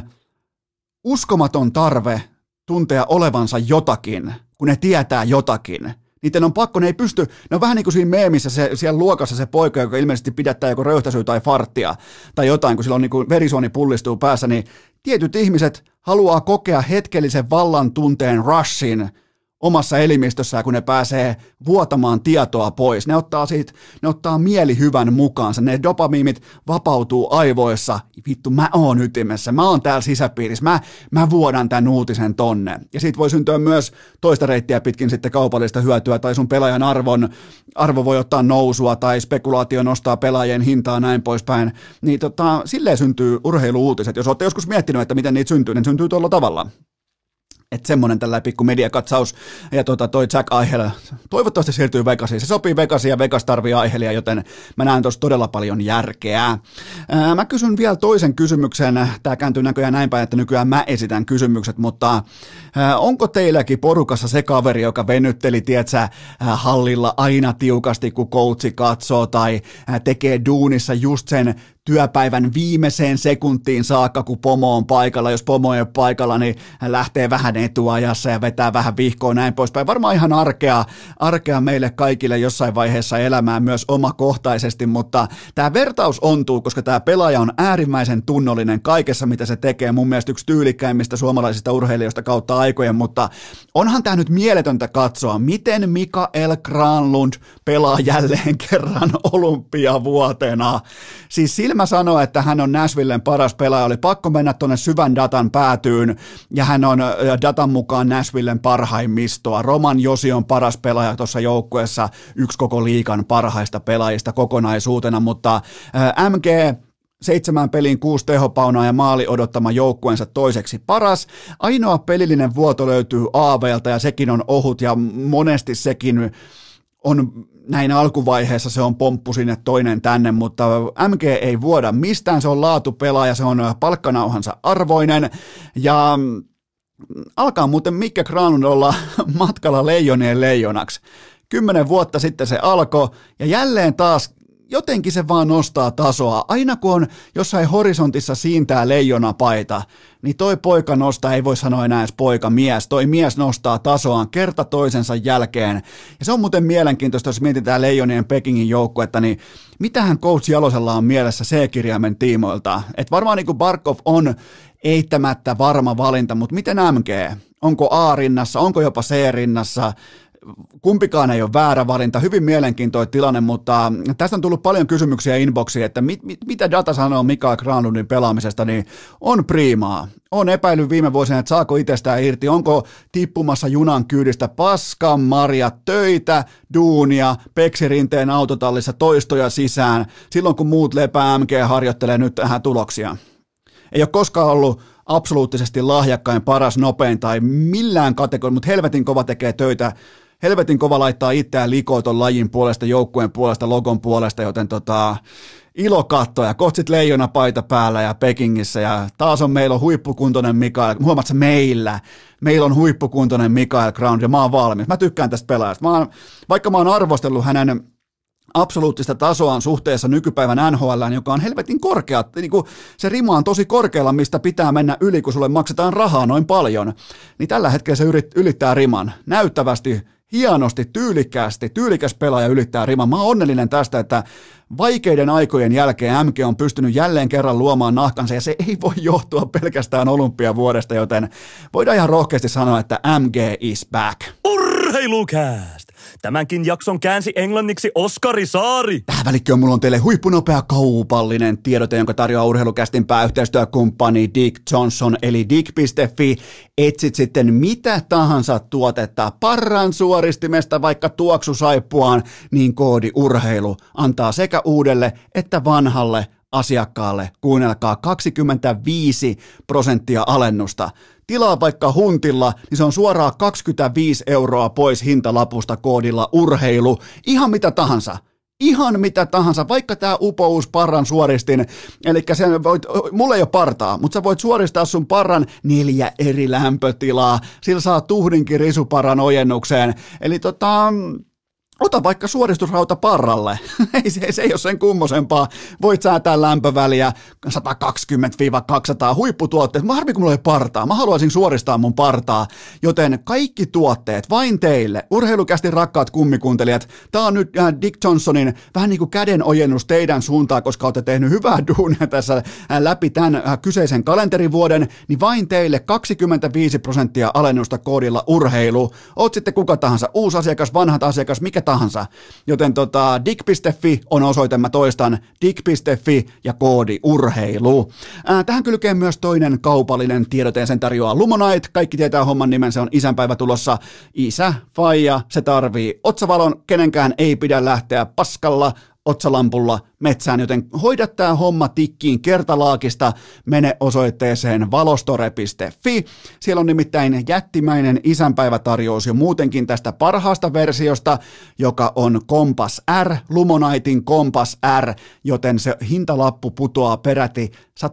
uskomaton tarve tuntea olevansa jotakin, kun ne tietää jotakin. Niiden on pakko, ne ei pysty, ne on vähän niin kuin siinä meemissä siellä luokassa se poika, joka ilmeisesti pidättää joko röyhtäisyä tai farttia tai jotain, kun sillä on niin kuin verisuoni pullistuu päässä, niin tietyt ihmiset haluaa kokea hetkellisen vallan tunteen rushin omassa elimistössään, kun ne pääsee vuotamaan tietoa pois. Ne ottaa mielihyvän mukaansa. Ne dopamiimit vapautuu aivoissa. Vittu, mä oon ytimessä. Mä oon täällä sisäpiirissä. Mä vuodan tämän uutisen tonne. Ja siitä voi syntyä myös toista reittiä pitkin sitten kaupallista hyötyä, tai sun pelaajan arvo voi ottaa nousua, tai spekulaatio nostaa pelaajien hintaa, näin poispäin. Niin silleen syntyy urheilu-uutiset. Jos olette joskus miettinyt, että miten niitä syntyy, niin syntyy tuolla tavalla. Että semmoinen tällä pikku mediakatsaus, ja toi Jack Eichel toivottavasti siirtyy Vegasiin. Se sopii Vegasiin, ja Vegas tarvii Eichelia, joten mä näen tuossa todella paljon järkeä. Mä kysyn vielä toisen kysymyksen. Tää kääntyy näköjään näin päin, että nykyään mä esitän kysymykset, mutta onko teilläkin porukassa se kaveri, joka venytteli, tietsä, hallilla aina tiukasti, kun coachi katsoo, tai tekee duunissa just sen työpäivän viimeiseen sekuntiin saakka, kun pomo on paikalla. Jos pomo ei ole paikalla, niin hän lähtee vähän etuajassa ja vetää vähän vihkoa näin poispäin. Varmaan ihan arkea meille kaikille jossain vaiheessa elämää myös omakohtaisesti, mutta tämä vertaus ontuu, koska tämä pelaaja on äärimmäisen tunnollinen kaikessa, mitä se tekee. Mun mielestä yksi tyylikkäimmistä suomalaisista urheilijoista kautta aikojen, mutta onhan tämä nyt mieletöntä katsoa, miten Mikael Granlund pelaa jälleen kerran olympiavuotena. Siis mä sanoin, että hän on Nashvillen paras pelaaja, oli pakko mennä tuonne syvän datan päätyyn, ja hän on datan mukaan Nashvillen parhaimmistoa. Roman Josi on paras pelaaja tuossa joukkueessa, yksi koko liigan parhaista pelaajista kokonaisuutena, mutta MG 7 peliin 6 tehopaunaa ja maali odottama joukkueensa toiseksi paras. Ainoa pelillinen vuoto löytyy AV:lta, ja sekin on ohut, ja monesti sekin on näin alkuvaiheessa, se on pomppu sinne toinen tänne, mutta MG ei vuoda mistään, se on laatupelaaja, se on palkkanauhansa arvoinen, ja alkaa muuten Mikko Granlund olla matkalla leijonien leijonaksi. 10 vuotta sitten se alkoi, ja jälleen taas jotenkin se vaan nostaa tasoa. Aina kun on jossain horisontissa siintää leijonapaita, niin toi poika nostaa, ei voi sanoa enää edes poika, toi mies nostaa tasoaan kerta toisensa jälkeen. Ja se on muuten mielenkiintoista, jos mietitään Leijonien Pekingin joukkuetta, niin mitähän coach Jalosella on mielessä C-kirjaimen tiimoilta? Että varmaan niin kuin Barkov on eittämättä varma valinta, mutta miten MG? Onko A-rinnassa, onko jopa C-rinnassa? Kumpikaan ei ole väärä valinta, hyvin mielenkiintoinen tilanne, mutta tästä on tullut paljon kysymyksiä inboxiin, että mitä data sanoo Mikael Granlundin pelaamisesta, niin on priimaa. On epäillyt viime vuosina, että saako itsestään irti, onko tippumassa junan kyydistä paskan marjat, töitä, duunia, Peksi Rinteen autotallissa toistoja sisään, silloin kun muut lepää, MG harjoittelee nyt tähän tuloksia. Ei ole koskaan ollut absoluuttisesti lahjakkain, paras, nopein tai millään kategoriassa, mutta helvetin kova tekee töitä, helvetin kova laittaa itseään likoon ton lajin puolesta, joukkueen puolesta, logon puolesta, joten ilo katsoa. Kohta sit leijonapaita päällä ja Pekingissä, ja taas meillä on huippukuntoinen Mikael, huomaatko meillä on huippukuntoinen Mikael Granlund, ja mä oon valmis. Mä tykkään tästä pelaajasta. Vaikka mä oon arvostellut hänen absoluuttista tasoaan suhteessa nykypäivän NHL:ään, joka on helvetin korkea, niin kuin se rima on tosi korkealla, mistä pitää mennä yli, kun sulle maksetaan rahaa noin paljon, niin tällä hetkellä se ylittää riman näyttävästi, hienosti, tyylikäs pelaaja ylittää riman. Mä oon onnellinen tästä, että vaikeiden aikojen jälkeen MG on pystynyt jälleen kerran luomaan nahkansa, ja se ei voi johtua pelkästään olympiavuodesta, joten voidaan ihan rohkeasti sanoa, että MG is back. Urheilukääst! Tämänkin jakson käänsi englanniksi Oskari Saari. Tähän välikköön mulla on teille huippunopea kaupallinen tiedote, jonka tarjoaa Urheilukästin pääyhteistyökumppani Dick Johnson, eli dick.fi. Etsit sitten mitä tahansa tuotetta parran suoristimesta, vaikka tuoksusaippuaan, niin koodi urheilu antaa sekä uudelle että vanhalle asiakkaalle, kuunnelkaa, 25% alennusta. Tilaa vaikka huntilla, niin se on suoraan 25 € pois hintalapusta koodilla urheilu. Ihan mitä tahansa, vaikka tämä upous parran suoristin, eli mulla ei ole partaa, mutta sä voit suoristaa sun parran 4 eri lämpötilaa, sillä saa tuhdinkin risuparran ojennukseen, eli ota vaikka suoristusrauta parralle. se ei ole sen kummosempaa. Voit säätää lämpöväliä 120-200 huipputuotteet. Harmi kun mulla ei partaa. Mä haluaisin suoristaa mun partaa. Joten kaikki tuotteet vain teille. Urheilukästi rakkaat kummikuuntelijat. Tää on nyt Dick Johnsonin vähän niin kuin kädenojennus teidän suuntaan, koska olette tehnyt hyvää duunia tässä läpi tämän kyseisen kalenterivuoden. Niin vain teille 25% alennusta koodilla urheilu. Oot sitten kuka tahansa. Uusi asiakas, vanhat asiakas, mikä tahansa. Joten dick.fi on osoite, mä toistan, dick.fi ja koodi urheilu. Tähän kylkee myös toinen kaupallinen tiedote, sen tarjoaa Lumonite. Kaikki tietää homman nimen, se on isänpäivä tulossa. Isä, faija, se tarvii otsavalon, kenenkään ei pidä lähteä paskalla, otsalampulla metsään, joten hoida tämä homma tikkiin kertalaakista, mene osoitteeseen valostore.fi. Siellä on nimittäin jättimäinen isänpäivätarjous jo muutenkin tästä parhaasta versiosta, joka on Kompas R, Lumonitein Kompas R, joten se hintalappu putoaa peräti 112,5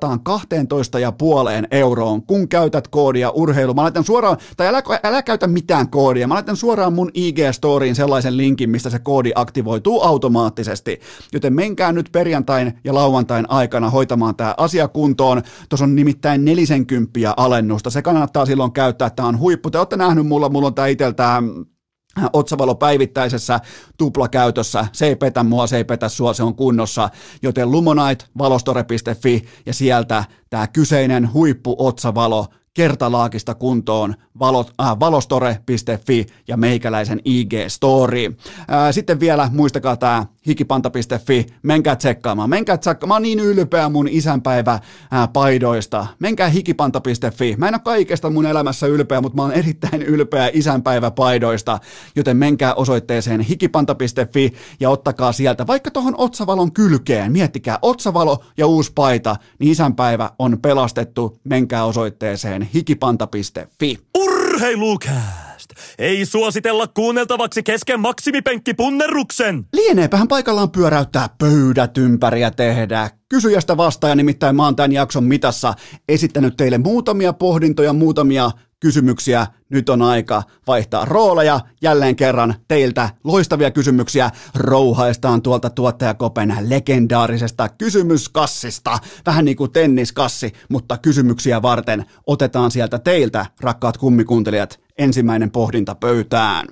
€, kun käytät koodia urheilu. Mä laitan suoraan, tai älä käytä mitään koodia, mä laitan suoraan mun IG-storiin sellaisen linkin, mistä se koodi aktivoituu automaattisesti, joten menkää nyt perjantain ja lauantain aikana hoitamaan tämä asia kuntoon. Tuossa on nimittäin 40 alennusta. Se kannattaa silloin käyttää. Tämä on huippu. Te olette nähnyt mulla on tämä iteltä otsavalo päivittäisessä tuplakäytössä. Se ei petä mua, se ei petä sua, se on kunnossa. Joten Lumonite, valostore.fi ja sieltä tämä kyseinen huippu otsavalo kertalaakista kuntoon, valostore.fi ja meikäläisen IG-story. Sitten vielä muistakaa tämä hikipanta.fi, menkää tsekkaamaan. Mä oon niin ylpeä mun isänpäivä paidoista. Menkää hikipanta.fi. Mä en ole kaikesta mun elämässä ylpeä, mutta mä oon erittäin ylpeä isänpäivä paidoista, joten menkää osoitteeseen hikipanta.fi ja ottakaa sieltä vaikka tohon otsavalon kylkeen. Miettikää, otsavalo ja uusi paita, niin isänpäivä on pelastettu. Menkää osoitteeseen hikipanta.fi. Urheilukääst! Ei suositella kuunneltavaksi kesken maksimipenkkipunnerruksen! Lieneepähän paikallaan pyöräyttää pöydät ympäri ja tehdä kysyjästä vastaaja, nimittäin mä oon tämän jakson mitassa esittänyt teille muutamia pohdintoja, muutamia kysymyksiä. Nyt on aika vaihtaa rooleja. Jälleen kerran teiltä loistavia kysymyksiä rouhaistaan tuolta tuottajakopen legendaarisesta kysymyskassista. Vähän niin kuin tenniskassi, mutta kysymyksiä varten otetaan sieltä teiltä, rakkaat kummikuuntelijat, ensimmäinen pohdinta pöytään.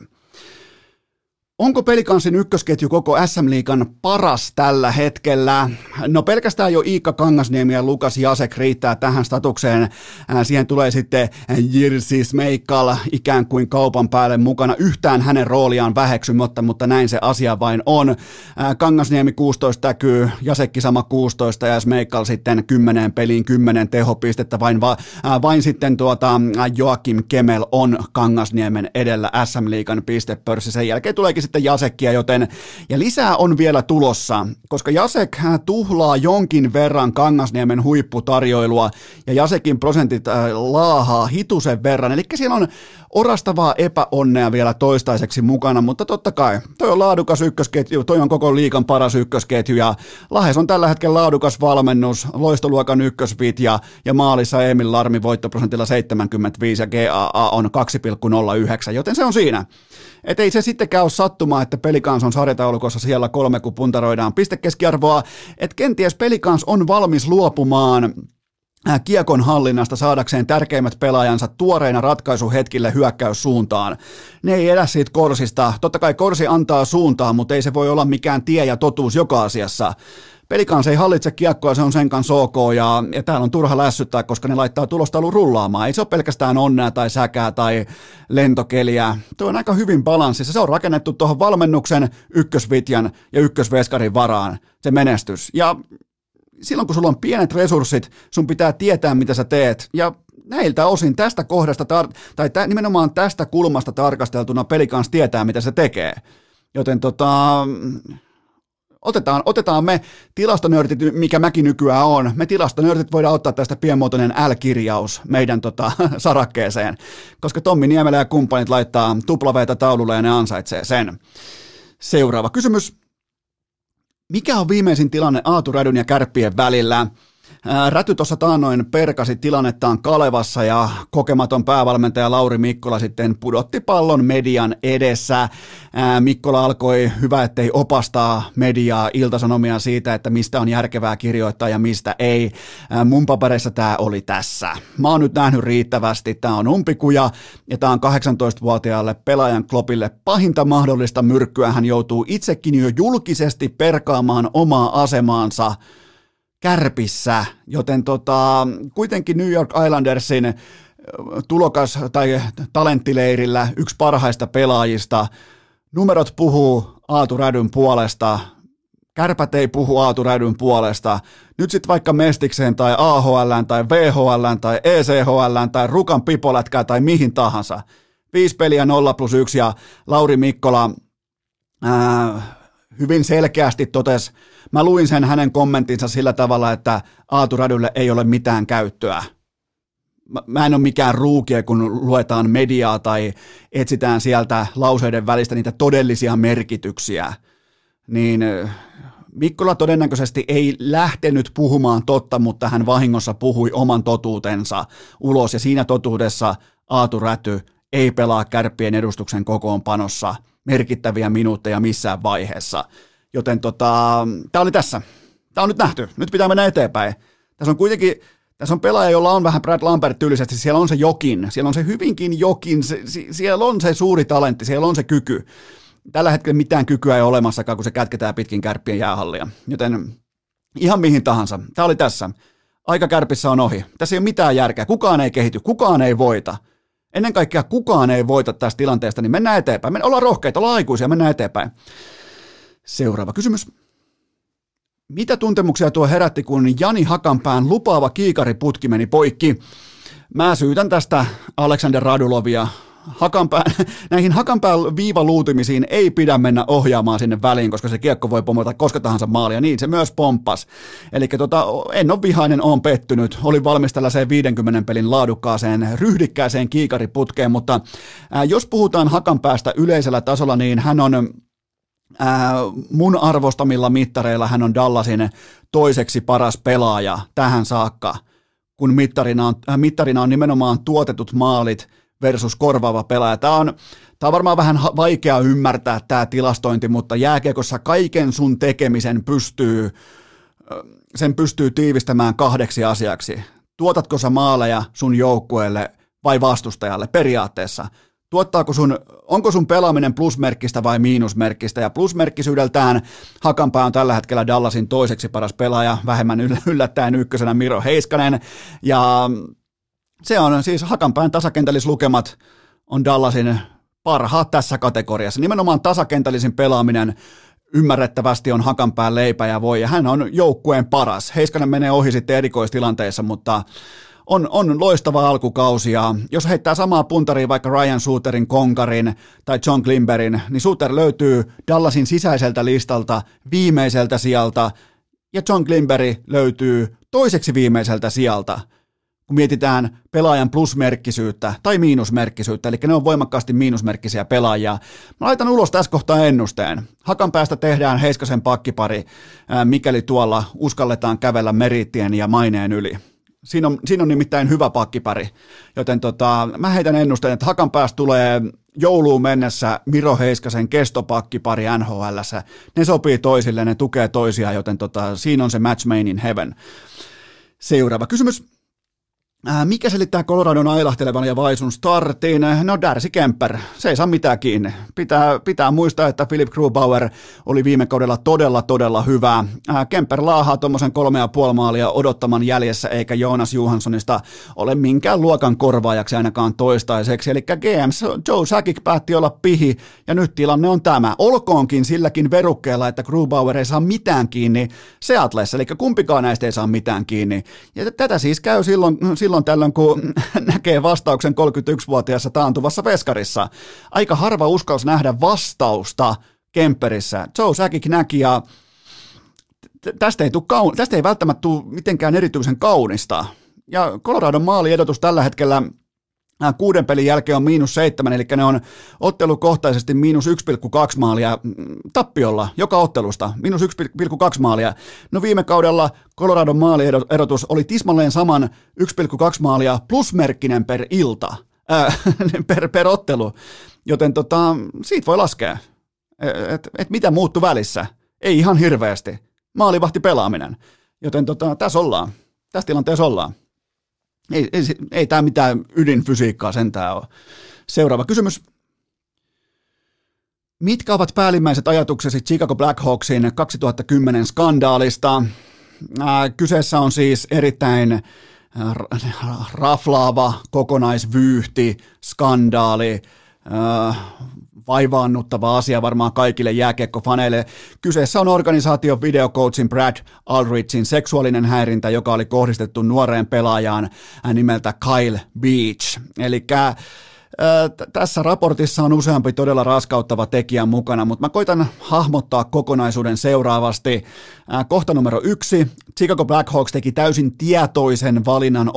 Onko Pelikansin ykkösketju koko SM-liigan paras tällä hetkellä? No pelkästään jo Iikka Kangasniemi ja Lukas Jasek riittää tähän statukseen. Siihen tulee sitten Jirsi Smejkal ikään kuin kaupan päälle mukana. Yhtään hänen rooliaan väheksymättä, mutta näin se asia vain on. Kangasniemi 16 täkyy, Jasekki sama 16 ja Smejkal sitten 10 peliin 10 tehopistettä. Vain sitten Joakim Kemel on Kangasniemen edellä SM-liigan pistepörssi. Sen jälkeen tuleekin sitten Jasekkia, ja lisää on vielä tulossa, koska Jasek tuhlaa jonkin verran Kangasniemen huipputarjoilua, ja Jasekin prosentit laahaa hitusen verran, eli siellä on orastavaa epäonnea vielä toistaiseksi mukana, mutta totta kai, toi on laadukas ykkösketju, toi on koko liigan paras ykkösketju, ja Lahes on tällä hetkellä laadukas valmennus, loistoluokan ykkösvit, ja maalissa Emil Larmi voittoprosentilla 75, ja GAA on 2,09, joten se on siinä. Et ei se sittenkään ole sattumaa, että Pelikans on sarjataulukossa siellä 3, kun puntaroidaan pistekeskiarvoa, että kenties Pelikans on valmis luopumaan kiekon hallinnasta saadakseen tärkeimmät pelaajansa tuoreina ratkaisuhetkille hyökkäyssuuntaan. Ne ei elä siitä korsista. Totta kai korsi antaa suuntaa, mutta ei se voi olla mikään tie ja totuus joka asiassa. Pelikans ei hallitse kiekkoa, se on sen kanssa ok, ja täällä on turha lässyttää, koska ne laittaa tulostaulun rullaamaan. Ei se ole pelkästään onnea tai säkää tai lentokeliä. Tuo on aika hyvin balanssissa. Se on rakennettu tuohon valmennuksen, ykkösvitjan ja ykkösveskarin varaan, se menestys. Ja silloin kun sulla on pienet resurssit, sun pitää tietää, mitä sä teet. Ja näiltä osin tästä kohdasta, nimenomaan tästä kulmasta tarkasteltuna Pelikans tietää, mitä se tekee. Joten Otetaan me tilastonörtit, mikä mäkin nykyään on. Me tilastonörtit voidaan ottaa tästä pienmuotoinen L-kirjaus meidän sarakkeeseen, koska Tommi Niemelä ja kumppanit laittaa tuplaveeta taululle ja ne ansaitsee sen. Seuraava kysymys. Mikä on viimeisin tilanne Aatu Rädyn ja Kärppien välillä? Räty tuossa taannoin perkasi tilannettaan Kalevassa ja kokematon päävalmentaja Lauri Mikkola sitten pudotti pallon median edessä. Mikkola alkoi, hyvä ettei opastaa mediaa, Ilta-Sanomia siitä, että mistä on järkevää kirjoittaa ja mistä ei. Mun papereissa tämä oli tässä. Mä oon nyt nähnyt riittävästi, tämä on umpikuja ja tämä on 18-vuotiaalle pelaajan Kloppille pahinta mahdollista myrkkyä. Hän joutuu itsekin jo julkisesti perkaamaan omaa asemaansa Kärpissä, joten kuitenkin New York Islandersin tulokas tai talenttileirillä yksi parhaista pelaajista. Numerot puhuu Aatu Rädyn puolesta, Kärpät ei puhu Aatu Rädyn puolesta. Nyt sitten vaikka Mestikseen tai AHL:ään tai VHL:ään tai ECHL:ään tai Rukan pipolätkää tai mihin tahansa. 5 peliä 0+1 ja Lauri Mikkola hyvin selkeästi totesi, mä luin sen hänen kommenttinsa sillä tavalla, että Aatu Rädylle ei ole mitään käyttöä. Mä en ole mikään ruukie, kun luetaan mediaa tai etsitään sieltä lauseiden välistä niitä todellisia merkityksiä. Niin Mikkola todennäköisesti ei lähtenyt puhumaan totta, mutta hän vahingossa puhui oman totuutensa ulos ja siinä totuudessa Aatu Räty ei pelaa Kärppien edustuksen kokoonpanossa merkittäviä minuutteja missään vaiheessa. Joten tämä oli tässä. Tämä on nyt nähty. Nyt pitää mennä eteenpäin. Tässä on pelaaja, jolla on vähän Brad Lambert-tyylisesti. Siellä on se jokin. Siellä on se hyvinkin jokin. Siellä on se suuri talentti. Siellä on se kyky. Tällä hetkellä mitään kykyä ei ole olemassakaan, kun se kätketään pitkin Kärppien jäähallia. Joten ihan mihin tahansa. Tämä oli tässä. Aika Kärpissä on ohi. Tässä ei ole mitään järkeä. Kukaan ei kehity. Kukaan ei voita. Ennen kaikkea kukaan ei voita tästä tilanteesta, niin mennään eteenpäin. Ollaan rohkeita, ollaan aikuisia, mennään eteenpäin. Seuraava kysymys. Mitä tuntemuksia tuo herätti, kun Jani Hakanpään lupaava kiikariputki meni poikki? Mä syytän tästä Alexander Radulovia. Näihin Hakanpään viivaluutimisiin ei pidä mennä ohjaamaan sinne väliin, koska se kiekko voi pomota koska tahansa maalia, ja niin se myös pomppasi. Eli en ole vihainen, olen pettynyt. Olin valmis tällaiseen 50 pelin laadukkaaseen, ryhdikkääseen kiikariputkeen, mutta jos puhutaan Hakanpäästä yleisellä tasolla, niin hän on mun arvostamilla mittareilla hän on Dallasin toiseksi paras pelaaja tähän saakka, kun mittarina on nimenomaan tuotetut maalit versus korvaava pelaaja. Tämä on varmaan vähän vaikea ymmärtää tämä tilastointi, mutta jääkiekossa kaiken sun tekemisen pystyy tiivistämään 2 asiaksi. Tuotatko sä maaleja sun joukkueelle vai vastustajalle periaatteessa? Onko sun pelaaminen plusmerkkistä vai miinusmerkkistä, ja plusmerkkisyydeltään Hakanpää on tällä hetkellä Dallasin toiseksi paras pelaaja, vähemmän yllättäen ykkösenä Miro Heiskanen, ja se on siis Hakanpään tasakentällislukemat on Dallasin parhaat tässä kategoriassa, nimenomaan tasakentällisin pelaaminen ymmärrettävästi on Hakanpään leipä ja voi, ja hän on joukkueen paras. Heiskanen menee ohi sitten erikoistilanteissa, mutta on loistava alkukausi, ja jos heittää samaa puntaria vaikka Ryan Suterin, Konkarin tai John Klimberin, niin Suter löytyy Dallasin sisäiseltä listalta viimeiseltä sijalta, ja John Klimberi löytyy toiseksi viimeiseltä sijalta, kun mietitään pelaajan plusmerkkisyyttä tai miinusmerkkisyyttä, eli ne on voimakkaasti miinusmerkkisiä pelaajia. Mä laitan ulos tässä kohtaa ennusteen. Hakanpäästä tehdään Heiskasen pakkipari, mikäli tuolla uskalletaan kävellä Meriittien ja Maineen yli. Siinä on nimittäin hyvä pakkipari, joten mä heitän ennusteen, että Hakanpäästä tulee jouluun mennessä Miro Heiskasen kestopakkipari NHL:ssä. Ne sopii toisilleen, ne tukee toisiaan, joten siinä on se match made in heaven. Seuraava kysymys. Mikä selittää Coloradon ailahtelevan ja vaisun startin? No Darcy Kemper, se ei saa mitään kiinni. Pitää muistaa, että Philip Grubauer oli viime kaudella todella hyvä. Kemper laahaa tuommoisen 3,5 maalia odottaman jäljessä, eikä Joonas Johanssonista ole minkään luokan korvaajaksi ainakaan toistaiseksi. Eli GM Joe Sakic päätti olla pihi, ja nyt tilanne on tämä. Olkoonkin silläkin verukkeella, että Grubauer ei saa mitään kiinni Seattleissa, eli kumpikaan näistä ei saa mitään kiinni. Ja tätä siis käy silloin tällöin, kun näkee vastauksen 31-vuotiaassa taantuvassa veskarissa. Aika harva uskalsi nähdä vastausta Kemperissä. Joe Sakic näki, ja tästä ei välttämättä tule mitenkään erityisen kaunista. Ja Coloradon maaliedotus tällä hetkellä 6 pelin jälkeen on -7, eli ne on ottelukohtaisesti -1,2 maalia tappiolla joka ottelusta, -1,2 maalia. No viime kaudella Coloradon maalierotus oli tismalleen saman 1,2 maalia plusmerkkinen per ilta, per ottelu, joten siitä voi laskea, että mitä muuttui välissä. Ei ihan hirveästi. Maalivahti pelaaminen, joten tässä tilanteessa ollaan. Ei tämä mitään ydinfysiikkaa sentään ole. Seuraava kysymys. Mitkä ovat päällimmäiset ajatuksesi Chicago Blackhawksin 2010 skandaalista? Kyseessä on siis erittäin raflaava kokonaisvyyhti, skandaali, vaivaannuttava asia varmaan kaikille jääkiekkofaneille. Kyseessä on organisaation videocoachin Brad Aldridgein seksuaalinen häirintä, joka oli kohdistettu nuoreen pelaajaan nimeltä Kyle Beach. Eli tässä raportissa on useampi todella raskauttava tekijä mukana, mutta mä koitan hahmottaa kokonaisuuden seuraavasti. Kohta numero 1. Chicago Blackhawks teki täysin tietoisen valinnan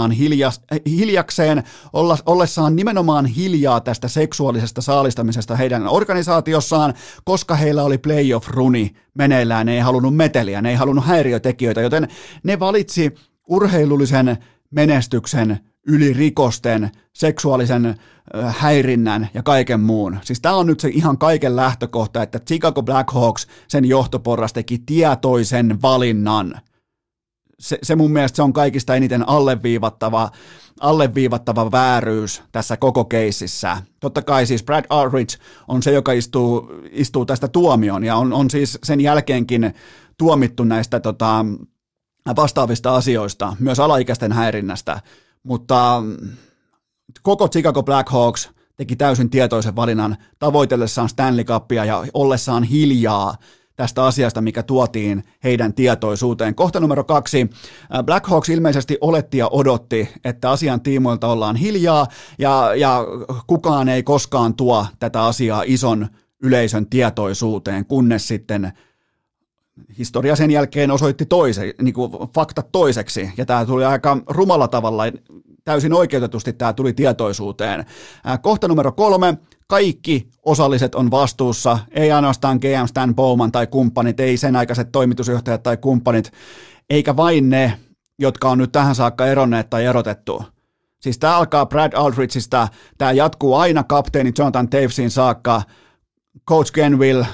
hiljakseen, ollessaan nimenomaan hiljaa tästä seksuaalisesta saalistamisesta heidän organisaatiossaan, koska heillä oli playoff-runi meneillään, ne ei halunnut meteliä, ne ei halunnut häiriötekijöitä, joten ne valitsi urheilullisen menestyksen yli rikosten, seksuaalisen häirinnän ja kaiken muun. Siis tämä on nyt se ihan kaiken lähtökohta, että Chicago Blackhawks, sen johtoporras teki tietoisen valinnan. Se mun mielestä se on kaikista eniten alleviivattava vääryys tässä koko keississä. Totta kai siis Brad Aldridge on se, joka istuu tästä tuomion ja on siis sen jälkeenkin tuomittu näistä vastaavista asioista, myös alaikäisten häirinnästä. Mutta koko Chicago Blackhawks teki täysin tietoisen valinnan tavoitellessaan Stanley Cupia ja ollessaan hiljaa tästä asiasta, mikä tuotiin heidän tietoisuuteen. Kohta numero 2. Blackhawks ilmeisesti oletti ja odotti, että asian tiimoilta ollaan hiljaa ja kukaan ei koskaan tuo tätä asiaa ison yleisön tietoisuuteen, kunnes sitten historia sen jälkeen osoitti faktat toiseksi, ja tämä tuli aika rumalla tavalla, täysin oikeutetusti tämä tuli tietoisuuteen. Kohta numero 3, kaikki osalliset on vastuussa, ei ainoastaan GM Stan Bowman tai kumppanit, ei sen aikaiset toimitusjohtajat tai kumppanit, eikä vain ne, jotka on nyt tähän saakka eronneet tai erotettu. Siis tämä alkaa Brad Aldridgeista, tämä jatkuu aina kapteeni Jonathan Tavesiin saakka, Coach Kenville,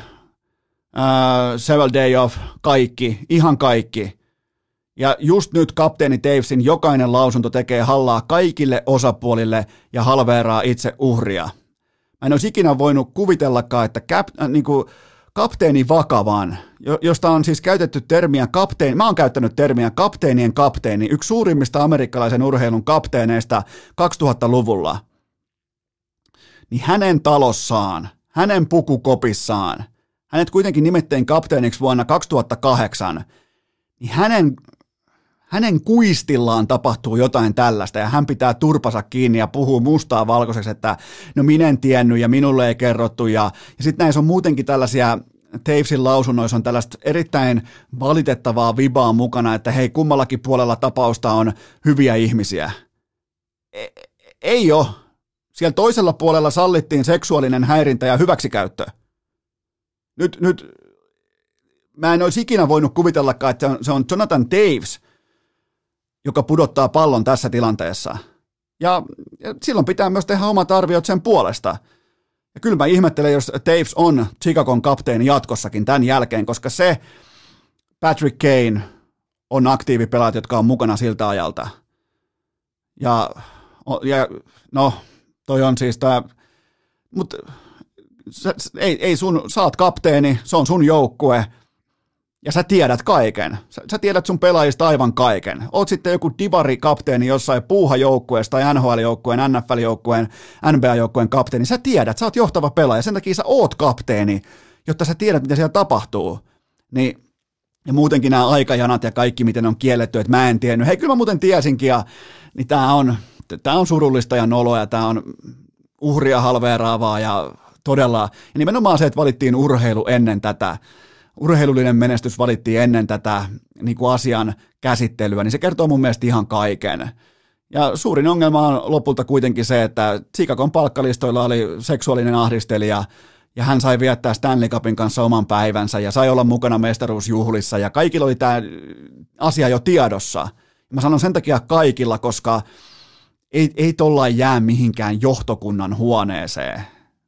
Seveldayoff, kaikki, ihan kaikki. Ja just nyt kapteeni Tavesin jokainen lausunto tekee hallaa kaikille osapuolille ja halveeraa itse uhria. Mä en olisi ikinä voinut kuvitellakaan, että kapteeni Vakavan, josta on siis käytetty termiä kapteeni, mä oon käyttänyt termiä kapteenien kapteeni, yksi suurimmista amerikkalaisen urheilun kapteeneista 2000-luvulla, niin hänen talossaan, hänen pukukopissaan, hänet kuitenkin nimettiin kapteeniksi vuonna 2008, niin hänen kuistillaan tapahtuu jotain tällaista ja hän pitää turpansa kiinni ja puhuu mustaa valkoiseksi, että no minä en tiennyt ja minulle ei kerrottu ja sitten näissä on muutenkin tällaisia, Tavesin lausunnoissa on tällaista erittäin valitettavaa vibaa mukana, että hei, kummallakin puolella tapausta on hyviä ihmisiä. Ei ole. Siellä toisella puolella sallittiin seksuaalinen häirintä ja hyväksikäyttö. Nyt mä en olisi ikinä voinut kuvitellakaan, että se on Jonathan Taves, joka pudottaa pallon tässä tilanteessa. Ja silloin pitää myös tehdä omat arviot sen puolesta. Ja kyllä mä ihmettelen, jos Taves on Chicagon kapteeni jatkossakin tämän jälkeen, koska se Patrick Kane on aktiivipelaajat, jotka on mukana siltä ajalta. Ja no, toi on siis tämä, mutta sä oot kapteeni, se on sun joukkue, ja sä tiedät kaiken. Sä tiedät sun pelaajista aivan kaiken. Oot sitten joku divari-kapteeni jossain puuhajoukkueessa tai NHL-joukkueen, NFL-joukkueen, NBA-joukkueen kapteeni. Sä tiedät, sä oot johtava pelaaja, sen takia sä oot kapteeni, jotta sä tiedät, mitä siellä tapahtuu. Niin, ja muutenkin nämä aikajanat ja kaikki, miten on kielletty, että mä en tiennyt. Hei, kyllä mä muuten tiesinkin, ja niin tää on surullista ja noloa, ja tää on uhria halveeraavaa, ja todella, ja nimenomaan se, että valittiin urheilu ennen tätä, urheilullinen menestys valittiin ennen tätä niin kuin asian käsittelyä, niin se kertoo mun mielestä ihan kaiken. Ja suurin ongelma on lopulta kuitenkin se, että Chicagon palkkalistoilla oli seksuaalinen ahdistelija, ja hän sai viettää Stanley Cupin kanssa oman päivänsä, ja sai olla mukana mestaruusjuhlissa, ja kaikilla oli tämä asia jo tiedossa. Mä sanon sen takia kaikilla, koska ei tollain jää mihinkään johtokunnan huoneeseen.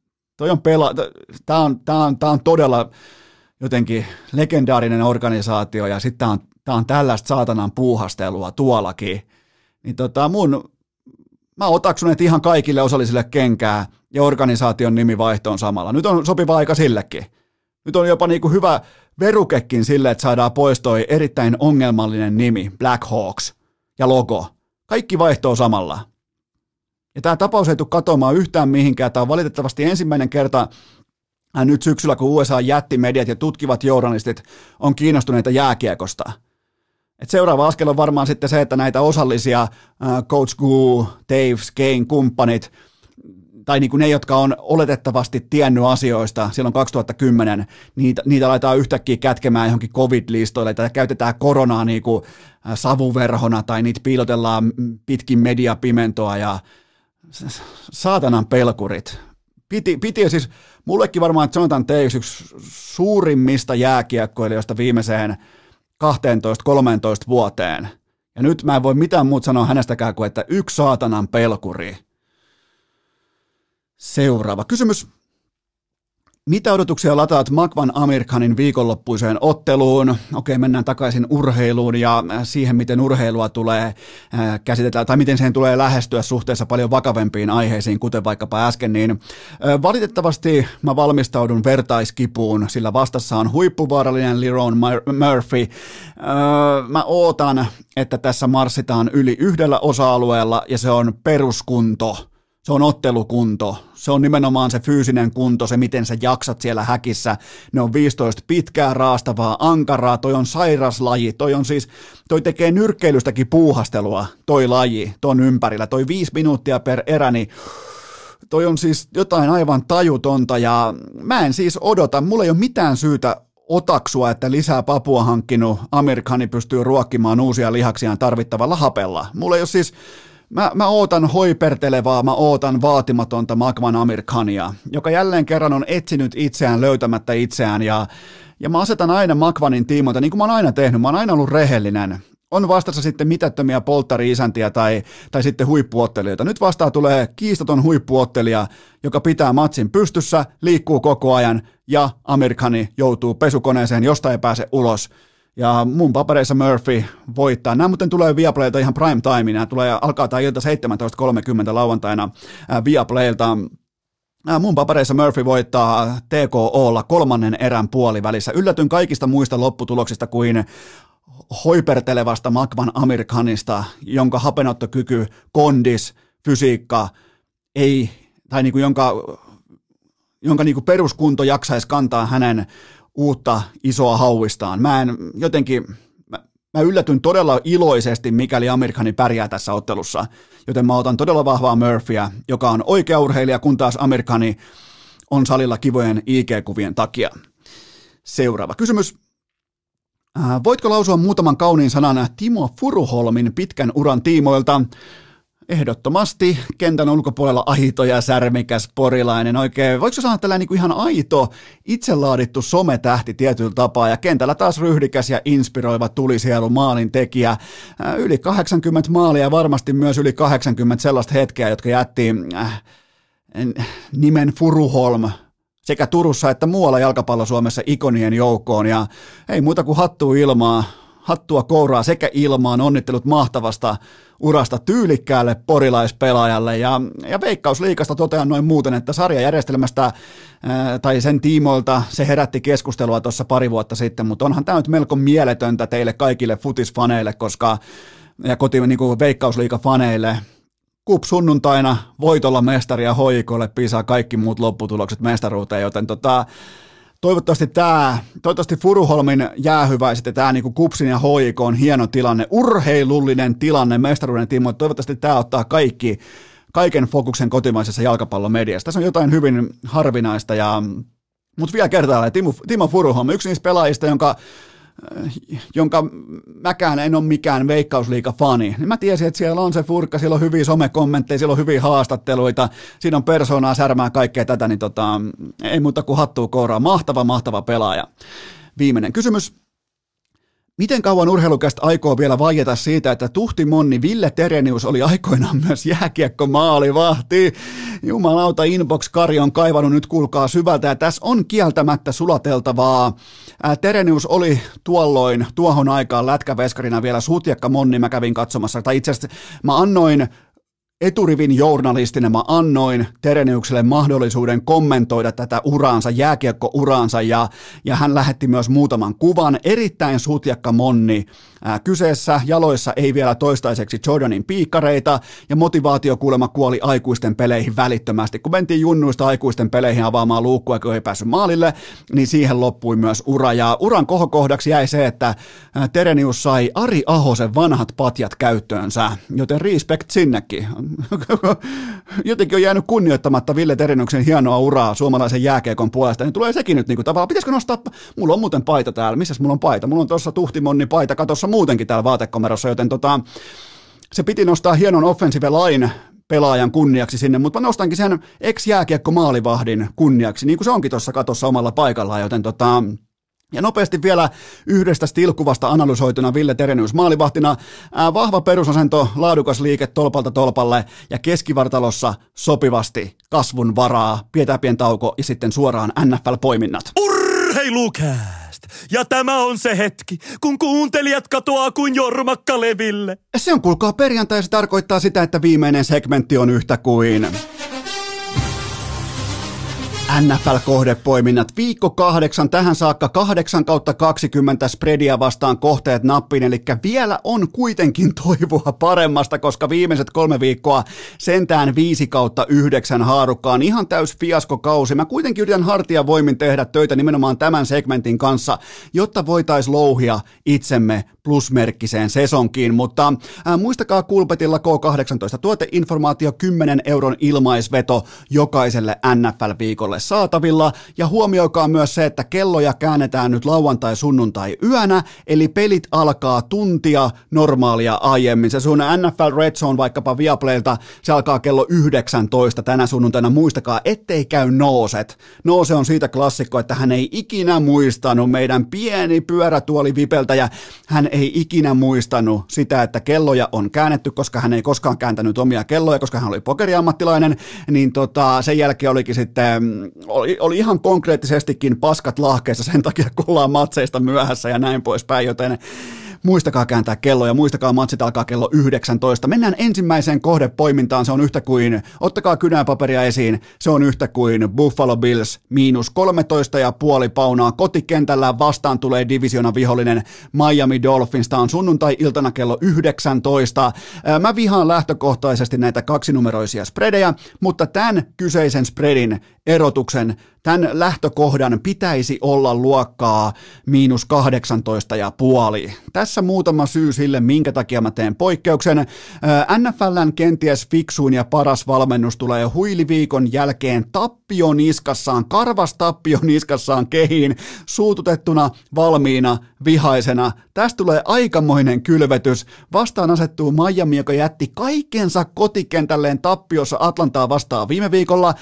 Tämä on todella jotenkin legendaarinen organisaatio, ja sitten tämä on tällaista saatanan puuhastelua tuollakin. Niin mä otaksun, että ihan kaikille osallisille kenkää, ja organisaation nimivaihto on samalla. Nyt on sopiva aika sillekin. Nyt on jopa niinku hyvä verukekin sille, että saadaan pois toi erittäin ongelmallinen nimi, Black Hawks, ja logo. Kaikki vaihtoo samalla. Ja tämä tapaus ei tule katoamaan yhtään mihinkään. Tämä on valitettavasti ensimmäinen kerta nyt syksyllä, kun USA-jättimediat ja tutkivat journalistit on kiinnostuneita jääkiekosta. Et seuraava askel on varmaan sitten se, että näitä osallisia Coach Gu, Taves, Kane, kumppanit, tai niin kuin ne, jotka on oletettavasti tiennyt asioista silloin 2010, niitä laitetaan yhtäkkiä kätkemään johonkin COVID-listoille, tai käytetään koronaa niin kuin savuverhona, tai niitä piilotellaan pitkin mediapimentoa, ja saatanan pelkurit. Piti siis, mullekin varmaan Jonathan Taves yksi suurimmista jääkiekkoilijoista viimeiseen 12-13 vuoteen. Ja nyt mä en voi mitään muuta sanoa hänestäkään kuin, että yksi saatanan pelkuri. Seuraava kysymys. Mitä odotuksia lataat Makvan Amir Khanin viikonloppuiseen otteluun? Okei, mennään takaisin urheiluun ja siihen, miten urheilua tulee käsitellä, tai miten siihen tulee lähestyä suhteessa paljon vakavempiin aiheisiin, kuten vaikkapa äsken, niin valitettavasti mä valmistaudun vertaiskipuun, sillä vastassa on huippuvaarallinen Lerone Murphy. Mä ootan, että tässä marssitaan yli yhdellä osa-alueella, ja se on peruskunto. Se on ottelukunto, se on nimenomaan se fyysinen kunto, se miten sä jaksat siellä häkissä. Ne on 15 pitkää raastavaa ankaraa, toi on sairas laji, toi tekee nyrkkeilystäkin puuhastelua, toi laji, ton ympärillä, toi 5 minuuttia per erä, niin toi on siis jotain aivan tajutonta, ja mä en siis odota, mulla ei ole mitään syytä otaksua, että lisää papua hankkinut Amir Khan pystyy ruokkimaan uusia lihaksiaan tarvittavalla hapella. Mulla ei ole siis... Mä ootan hoipertelevaa, mä ootan vaatimatonta Makvan Amir Khania, joka jälleen kerran on etsinyt itseään löytämättä itseään, ja mä asetan aina Makvanin tiimoilta, niin kuin mä oon aina tehnyt, mä oon aina ollut rehellinen. On vastassa sitten mitättömiä polttari-isäntiä tai sitten huippuottelijoita. Nyt vastaan tulee kiistaton huippuottelija, joka pitää matsin pystyssä, liikkuu koko ajan, ja Amir Khan joutuu pesukoneeseen, josta ei pääse ulos. Ja mun papereissa Murphy voittaa. Nämä muuten tulee Viaplaylta ihan prime time. Nämä alkaa tämä ilta 17.30 lauantaina Viaplaylta. Mun papereissa Murphy voittaa TKO:lla 3. erän puolivälissä. Yllätyn kaikista muista lopputuloksista kuin hoipertelevasta Makvan Amir Khanista, jonka hapenottokyky, kondis, fysiikka ei, tai niin kuin jonka niin kuin peruskunto jaksaisi kantaa hänen uutta isoa hauistaan. Mä yllätyn todella iloisesti, mikäli Amir Khan pärjää tässä ottelussa, joten mä otan todella vahvaa Murphyä, joka on oikea urheilija, kun taas Amir Khan on salilla kivojen IG-kuvien takia. Seuraava kysymys. Voitko lausua muutaman kauniin sanan Timo Furuholmin pitkän uran tiimoilta? Ehdottomasti kentän ulkopuolella aito ja särmikäs porilainen. Oikein, voiko sanoa tällainen niin ihan aito, itse laadittu sometähti tietyllä tapaa, ja kentällä taas ryhdikäs ja inspiroiva tulisielu maalin tekijä. Yli 80 maalia ja varmasti myös yli 80 sellaista hetkeä, jotka jätti nimen Furuholm sekä Turussa että muualla jalkapallo-Suomessa ikonien joukkoon, ja ei muuta kuin hattua kouraa sekä ilmaan, onnittelut mahtavasta urasta tyylikkäälle porilaispelaajalle, ja Veikkausliigasta totean noin muuten, että sarjajärjestelmästä tai sen tiimoilta se herätti keskustelua tuossa pari vuotta sitten, mutta onhan tämä nyt melko mieletöntä teille kaikille futisfaneille, koska ja niin kuin Veikkausliiga-faneille, KuPS sunnuntaina voitolla mestaria HJK:lle piisaa kaikki muut lopputulokset mestaruuteen, joten toivottavasti Furuholmin jäähyväiset ja tämä niin KuPSin ja HJK on hieno tilanne, urheilullinen tilanne mestaruuden tiimoilta. Toivottavasti tämä ottaa kaiken fokuksen kotimaisessa jalkapallomediassa. Tässä on jotain hyvin harvinaista, mutta vielä kertaalleen Timo Furuholm, yksi niistä pelaajista, jonka jonka mäkään en ole mikään Veikkausliiga-fani, niin mä tiesin, että siellä on se furkka, siellä on hyviä somekommentteja, siellä on hyviä haastatteluita, siinä on persoonaa, särmää, kaikkea tätä, niin ei muuta kuin hattua kouraa. Mahtava pelaaja. Viimeinen kysymys. Miten kauan Urheilukästä aikoo vielä vaieta siitä, että tuhtimonni Ville Terenius oli aikoinaan myös jääkiekko-maalivahti? Jumalauta, Inbox-Kari on kaivannut nyt, kuulkaa, syvältä, ja tässä on kieltämättä sulateltavaa. Terenius oli tuohon aikaan lätkäveskarina vielä sutjakka-monni, mä kävin katsomassa, tai itse asiassa mä annoin eturivin journalistina, mä annoin Tereniukselle mahdollisuuden kommentoida tätä uraansa, jääkiekko-uraansa, ja hän lähetti myös muutaman kuvan. Erittäin sutjakka monni kyseessä, jaloissa ei vielä toistaiseksi Jordanin piikkareita, ja motivaatio kuulemma kuoli aikuisten peleihin välittömästi. Kun mentiin junnuista aikuisten peleihin avaamaan luukkua, kun ei päässyt maalille, niin siihen loppui myös ura, ja uran kohokohdaksi jäi se, että Terenius sai Ari Ahosen vanhat patjat käyttöönsä, joten respect sinnekin. Jotenkin on jäänyt kunnioittamatta Ville Tereniuksen hienoa uraa suomalaisen jääkiekon puolesta, niin tulee sekin nyt niin kuin tavallaan, pitäisikö nostaa, mulla on muuten paita täällä, missäs mulla on paita, mulla on tuossa tuhtimonni paita katossa muutenkin täällä vaatekomerossa, joten se piti nostaa hienon offensive line pelaajan kunniaksi sinne, mutta mä nostankin sen ex-jääkiekko-maalivahdin kunniaksi, niin kuin se onkin tuossa katossa omalla paikallaan, joten ja nopeasti vielä yhdestä stilkuvasta analysoituna Ville Terenius maalivahtina. Vahva perusasento, laadukas liike tolpalta tolpalle ja keskivartalossa sopivasti kasvun varaa. Pidetään pieni tauko ja sitten suoraan NFL-poiminnat. Urheilukääst! Ja tämä on se hetki, kun kuuntelijat katoaa kuin jormakka leville. Se on, kuulkaa, perjantai, se tarkoittaa sitä, että viimeinen segmentti on yhtä kuin NFL-kohdepoiminnat. Viikko 8, tähän saakka 8/20 spreadia vastaan kohteet nappiin, eli vielä on kuitenkin toivoa paremmasta, koska viimeiset 3 viikkoa sentään 5/9 haarukkaan. Ihan täys fiaskokausi. Mä kuitenkin yritän hartiavoimin tehdä töitä nimenomaan tämän segmentin kanssa, jotta voitaisiin louhia itsemme plusmerkkiseen sesonkiin, mutta muistakaa Kulpetilla K18 tuoteinformaatio 10 € ilmaisveto jokaiselle NFL-viikolle saatavilla, ja huomioikaa myös se, että kelloja käännetään nyt lauantai-sunnuntai yönä, eli pelit alkaa tuntia normaalia aiemmin. Se sun NFL Red Zone vaikkapa Viaplaylta, se alkaa kello 19 tänä sunnuntaina. Muistakaa, ettei käy Nooset. Noose on siitä klassikko, että hän ei ikinä muistanut meidän pieni pyörätuoli Vipeltä, ja hän ei ikinä muistanut sitä, että kelloja on käännetty, koska hän ei koskaan kääntänyt omia kelloja, koska hän oli pokeriammattilainen, niin sen jälkeen olikin sitten oli ihan konkreettisestikin paskat lahkeissa sen takia, kun ollaan matseista myöhässä ja näin poispäin, joten muistakaa kääntää kelloja, muistakaa, matsit alkaa kello 19. Mennään ensimmäiseen kohdepoimintaan, se on yhtä kuin, ottakaa kynäpaperia esiin, se on yhtä kuin Buffalo Bills -13,5 paunaa kotikentällä, vastaan tulee divisiona vihollinen Miami Dolphins, tämä on sunnuntai-iltana kello 19. Mä vihaan lähtökohtaisesti näitä kaksinumeroisia spreadejä, mutta tämän kyseisen spreadin erotuksen, tämän lähtökohdan pitäisi olla luokkaa -18,5. Tässä muutama syy sille, minkä takia mä teen poikkeuksen. NFLn kenties fiksuin ja paras valmennus tulee huiliviikon jälkeen tappionniskassaan, karvas tappionniskassaan kehiin, suututettuna, valmiina, vihaisena. Tästä tulee aikamoinen kylvetys. Vastaan asettuu Miami, joka jätti kaikensa kotikentälleen tappiossa Atlantaa vastaan viime viikolla.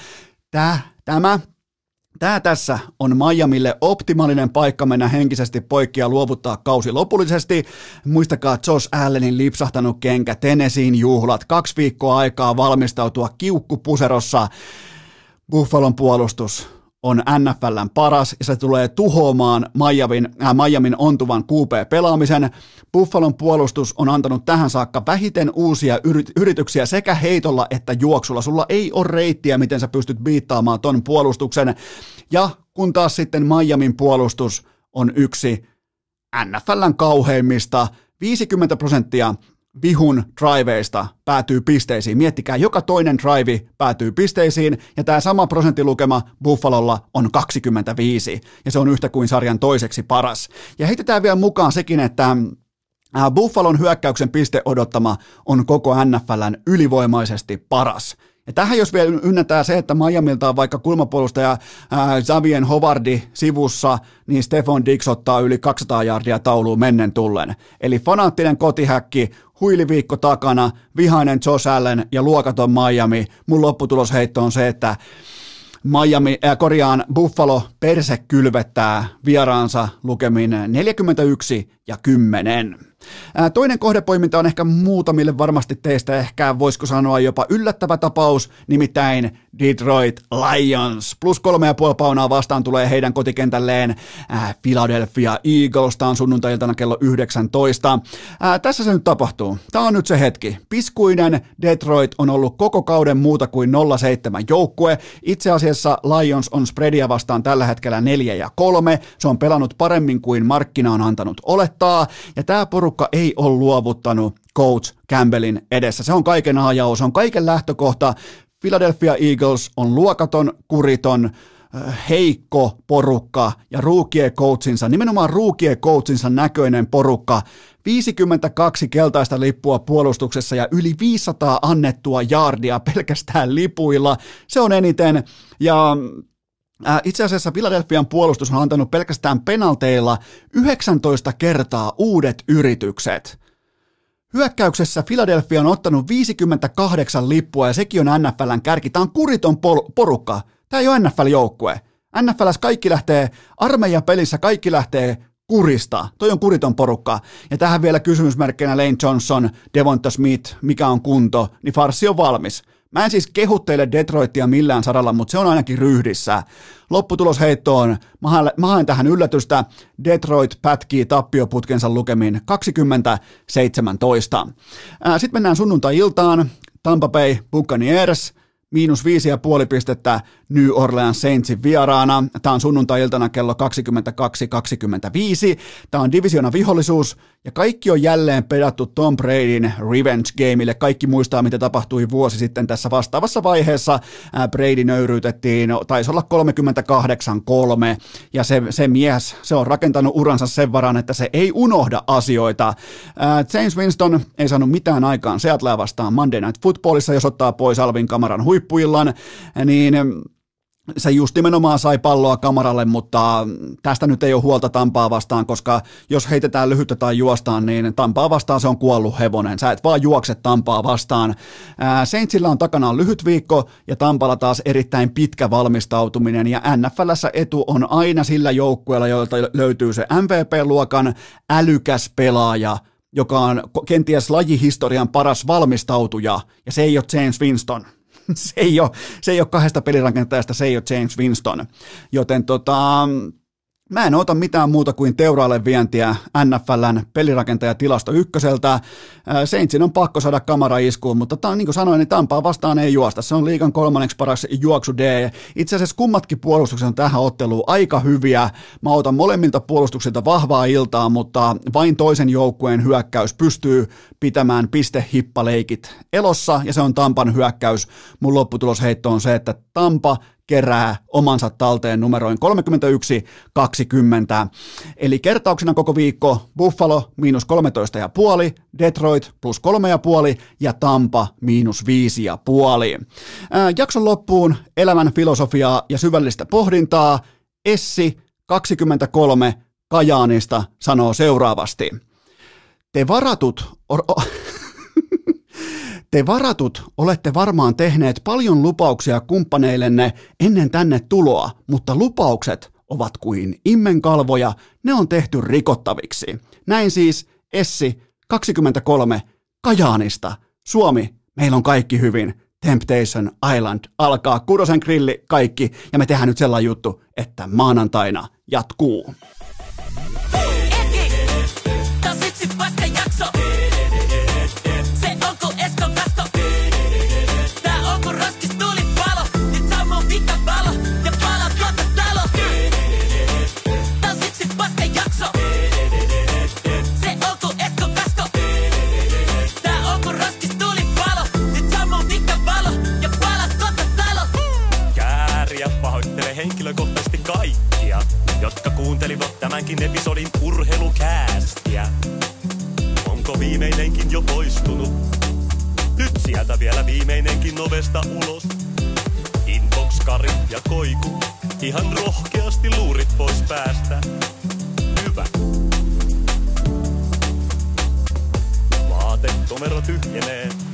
Tämä tässä on Miamille optimaalinen paikka mennä henkisesti poikki ja luovuttaa kausi lopullisesti. Muistakaa Josh Allenin lipsahtanut kenkä, Tennesseein juhlat, 2 viikkoa aikaa valmistautua kiukkupuserossa. Buffalon puolustus on NFLn paras ja se tulee tuhoamaan Miamin ontuvan QB-pelaamisen. Buffalon puolustus on antanut tähän saakka vähiten uusia yrityksiä sekä heitolla että juoksulla. Sulla ei ole reittiä, miten sä pystyt biittaamaan ton puolustuksen. Ja kun taas sitten Miamin puolustus on yksi NFLn kauheimmista, 50% vihun driveista päätyy pisteisiin. Miettikää, joka toinen drive päätyy pisteisiin, ja tämä sama prosenttilukema Buffalolla on 25, ja se on yhtä kuin sarjan toiseksi paras. Ja heitetään vielä mukaan sekin, että Buffalon hyökkäyksen pisteodottama on koko NFLn ylivoimaisesti paras. Ja tähän jos vielä ynnätään se, että Miamilta on vaikka kulmapuolustaja Xavier Howardi sivussa, niin Stefon Diggs ottaa yli 200 yardia tauluun mennen tullen. Eli fanaattinen kotihäkki, huiliviikko takana, vihainen Josh Allen ja luokaton Miami. Mun lopputulosheitto on se, että Buffalo perse kylvettää vieraansa lukemin 41-10. Toinen kohdepoiminta on ehkä muutamille varmasti teistä ehkä voisiko sanoa jopa yllättävä tapaus, nimittäin Detroit Lions. Plus 3,5 paunaa vastaan tulee heidän kotikentälleen Philadelphia Eagles. Tämä on sunnuntai-iltana kello 19. Tässä se nyt tapahtuu. Tämä on nyt se hetki. Piskuinen Detroit on ollut koko kauden muuta kuin 0-7 joukkue. Itse asiassa Lions on spreadia vastaan tällä hetkellä 4-3. Se on pelannut paremmin kuin markkina on antanut olettaa. Ja tämä porukka ei ole luovuttanut Coach Campbellin edessä. Se on kaiken A ja O, se on kaiken lähtökohta. Philadelphia Eagles on luokaton, kuriton, heikko porukka ja nimenomaan rookie coachinsa näköinen porukka. 52 keltaista lippua puolustuksessa ja yli 500 annettua jaardia pelkästään lipuilla. Se on eniten ja itse asiassa Philadelphian puolustus on antanut pelkästään penalteilla 19 kertaa uudet yritykset. Hyökkäyksessä Philadelphia on ottanut 58 lippua ja sekin on NFL:n kärki. Tämä on kuriton porukka. Tämä ei ole NFL-joukkue. NFL:ssä kaikki lähtee, armeijapelissä kaikki lähtee kurista. Toi on kuriton porukka. Ja tähän vielä kysymysmerkkeinä Lane Johnson, Devonta Smith, mikä on kunto, niin farssi on valmis. Mä en siis kehu teille Detroitia millään saralla, mutta se on ainakin ryhdissä. Lopputulosheittoon, mä haen tähän yllätystä. Detroit pätkii tappioputkensa lukemin 20-17. Sitten mennään sunnuntai-iltaan. Tampa Bay Buccaneers. -5,5 pistettä New Orleans Saintsin vieraana. Tämä on sunnuntai-iltana kello 22:25. Tämä on divisioonan vihollisuus ja kaikki on jälleen pedattu Tom Bradyn revenge gameille. Kaikki muistaa, mitä tapahtui vuosi sitten tässä vastaavassa vaiheessa. Brady nöyryytettiin, taisi olla 38-3 ja se mies, se on rakentanut uransa sen varaan, että se ei unohda asioita. James Winston ei saanut mitään aikaan Seattlea vastaan Monday Night Footballissa, jos ottaa pois Alvin Kamaran huippuillan, niin se just nimenomaan sai palloa Kamaralle, mutta tästä nyt ei ole huolta Tampaa vastaan, koska jos heitetään lyhyttä tai juostaan, niin Tampaa vastaan se on kuollut hevonen. Sä et vaan juokse Tampaa vastaan. Saintsillä on takanaan lyhyt viikko ja Tampalla taas erittäin pitkä valmistautuminen ja NFL:ssä etu on aina sillä joukkueella, jolta löytyy se MVP-luokan älykäs pelaaja, joka on kenties lajihistorian paras valmistautuja ja se ei ole James Winston. Se ei ole kahdesta pelirakentajasta, se ei ole James Winston, joten mä en ota mitään muuta kuin teuraalle vientiä NFL:n pelirakentajatilasto ykköseltä. Saintsin on pakko saada Kamara iskuun, mutta niin kuin sanoin, niin Tampaa vastaan ei juosta. Se on liigan 3. paras juoksu D. Itse asiassa kummatkin puolustukset on tähän otteluun aika hyviä. Mä otan molemmilta puolustuksilta vahvaa iltaa, mutta vain toisen joukkueen hyökkäys pystyy pitämään pistehippaleikit elossa, ja se on Tampan hyökkäys. Mun lopputulosheitto on se, että Tampa kerää omansa talteen numeroin 31-20. Eli kertauksena koko viikko Buffalo -13,5, Detroit +3,5 ja Tampa -5,5. Jakson loppuun elämän filosofiaa ja syvällistä pohdintaa. Essi 23 Kajaanista sanoo seuraavasti. Te varatut olette varmaan tehneet paljon lupauksia kumppaneillenne ennen tänne tuloa, mutta lupaukset ovat kuin immenkalvoja, ne on tehty rikottaviksi. Näin siis Essi 23 Kajaanista. Suomi, meillä on kaikki hyvin. Temptation Island alkaa, Kurosen grilli, kaikki, ja me tehdään nyt sellainen juttu, että maanantaina jatkuu. Henkilökohtaisesti kaikkia, jotka kuuntelivat tämänkin episodin urheilukäästiä. Onko viimeinenkin jo poistunut? Nyt sieltä vielä viimeinenkin ovesta ulos. Inbox, Kari ja Koiku. Ihan rohkeasti luurit pois päästä. Hyvä. Vaatekomero tyhjenee.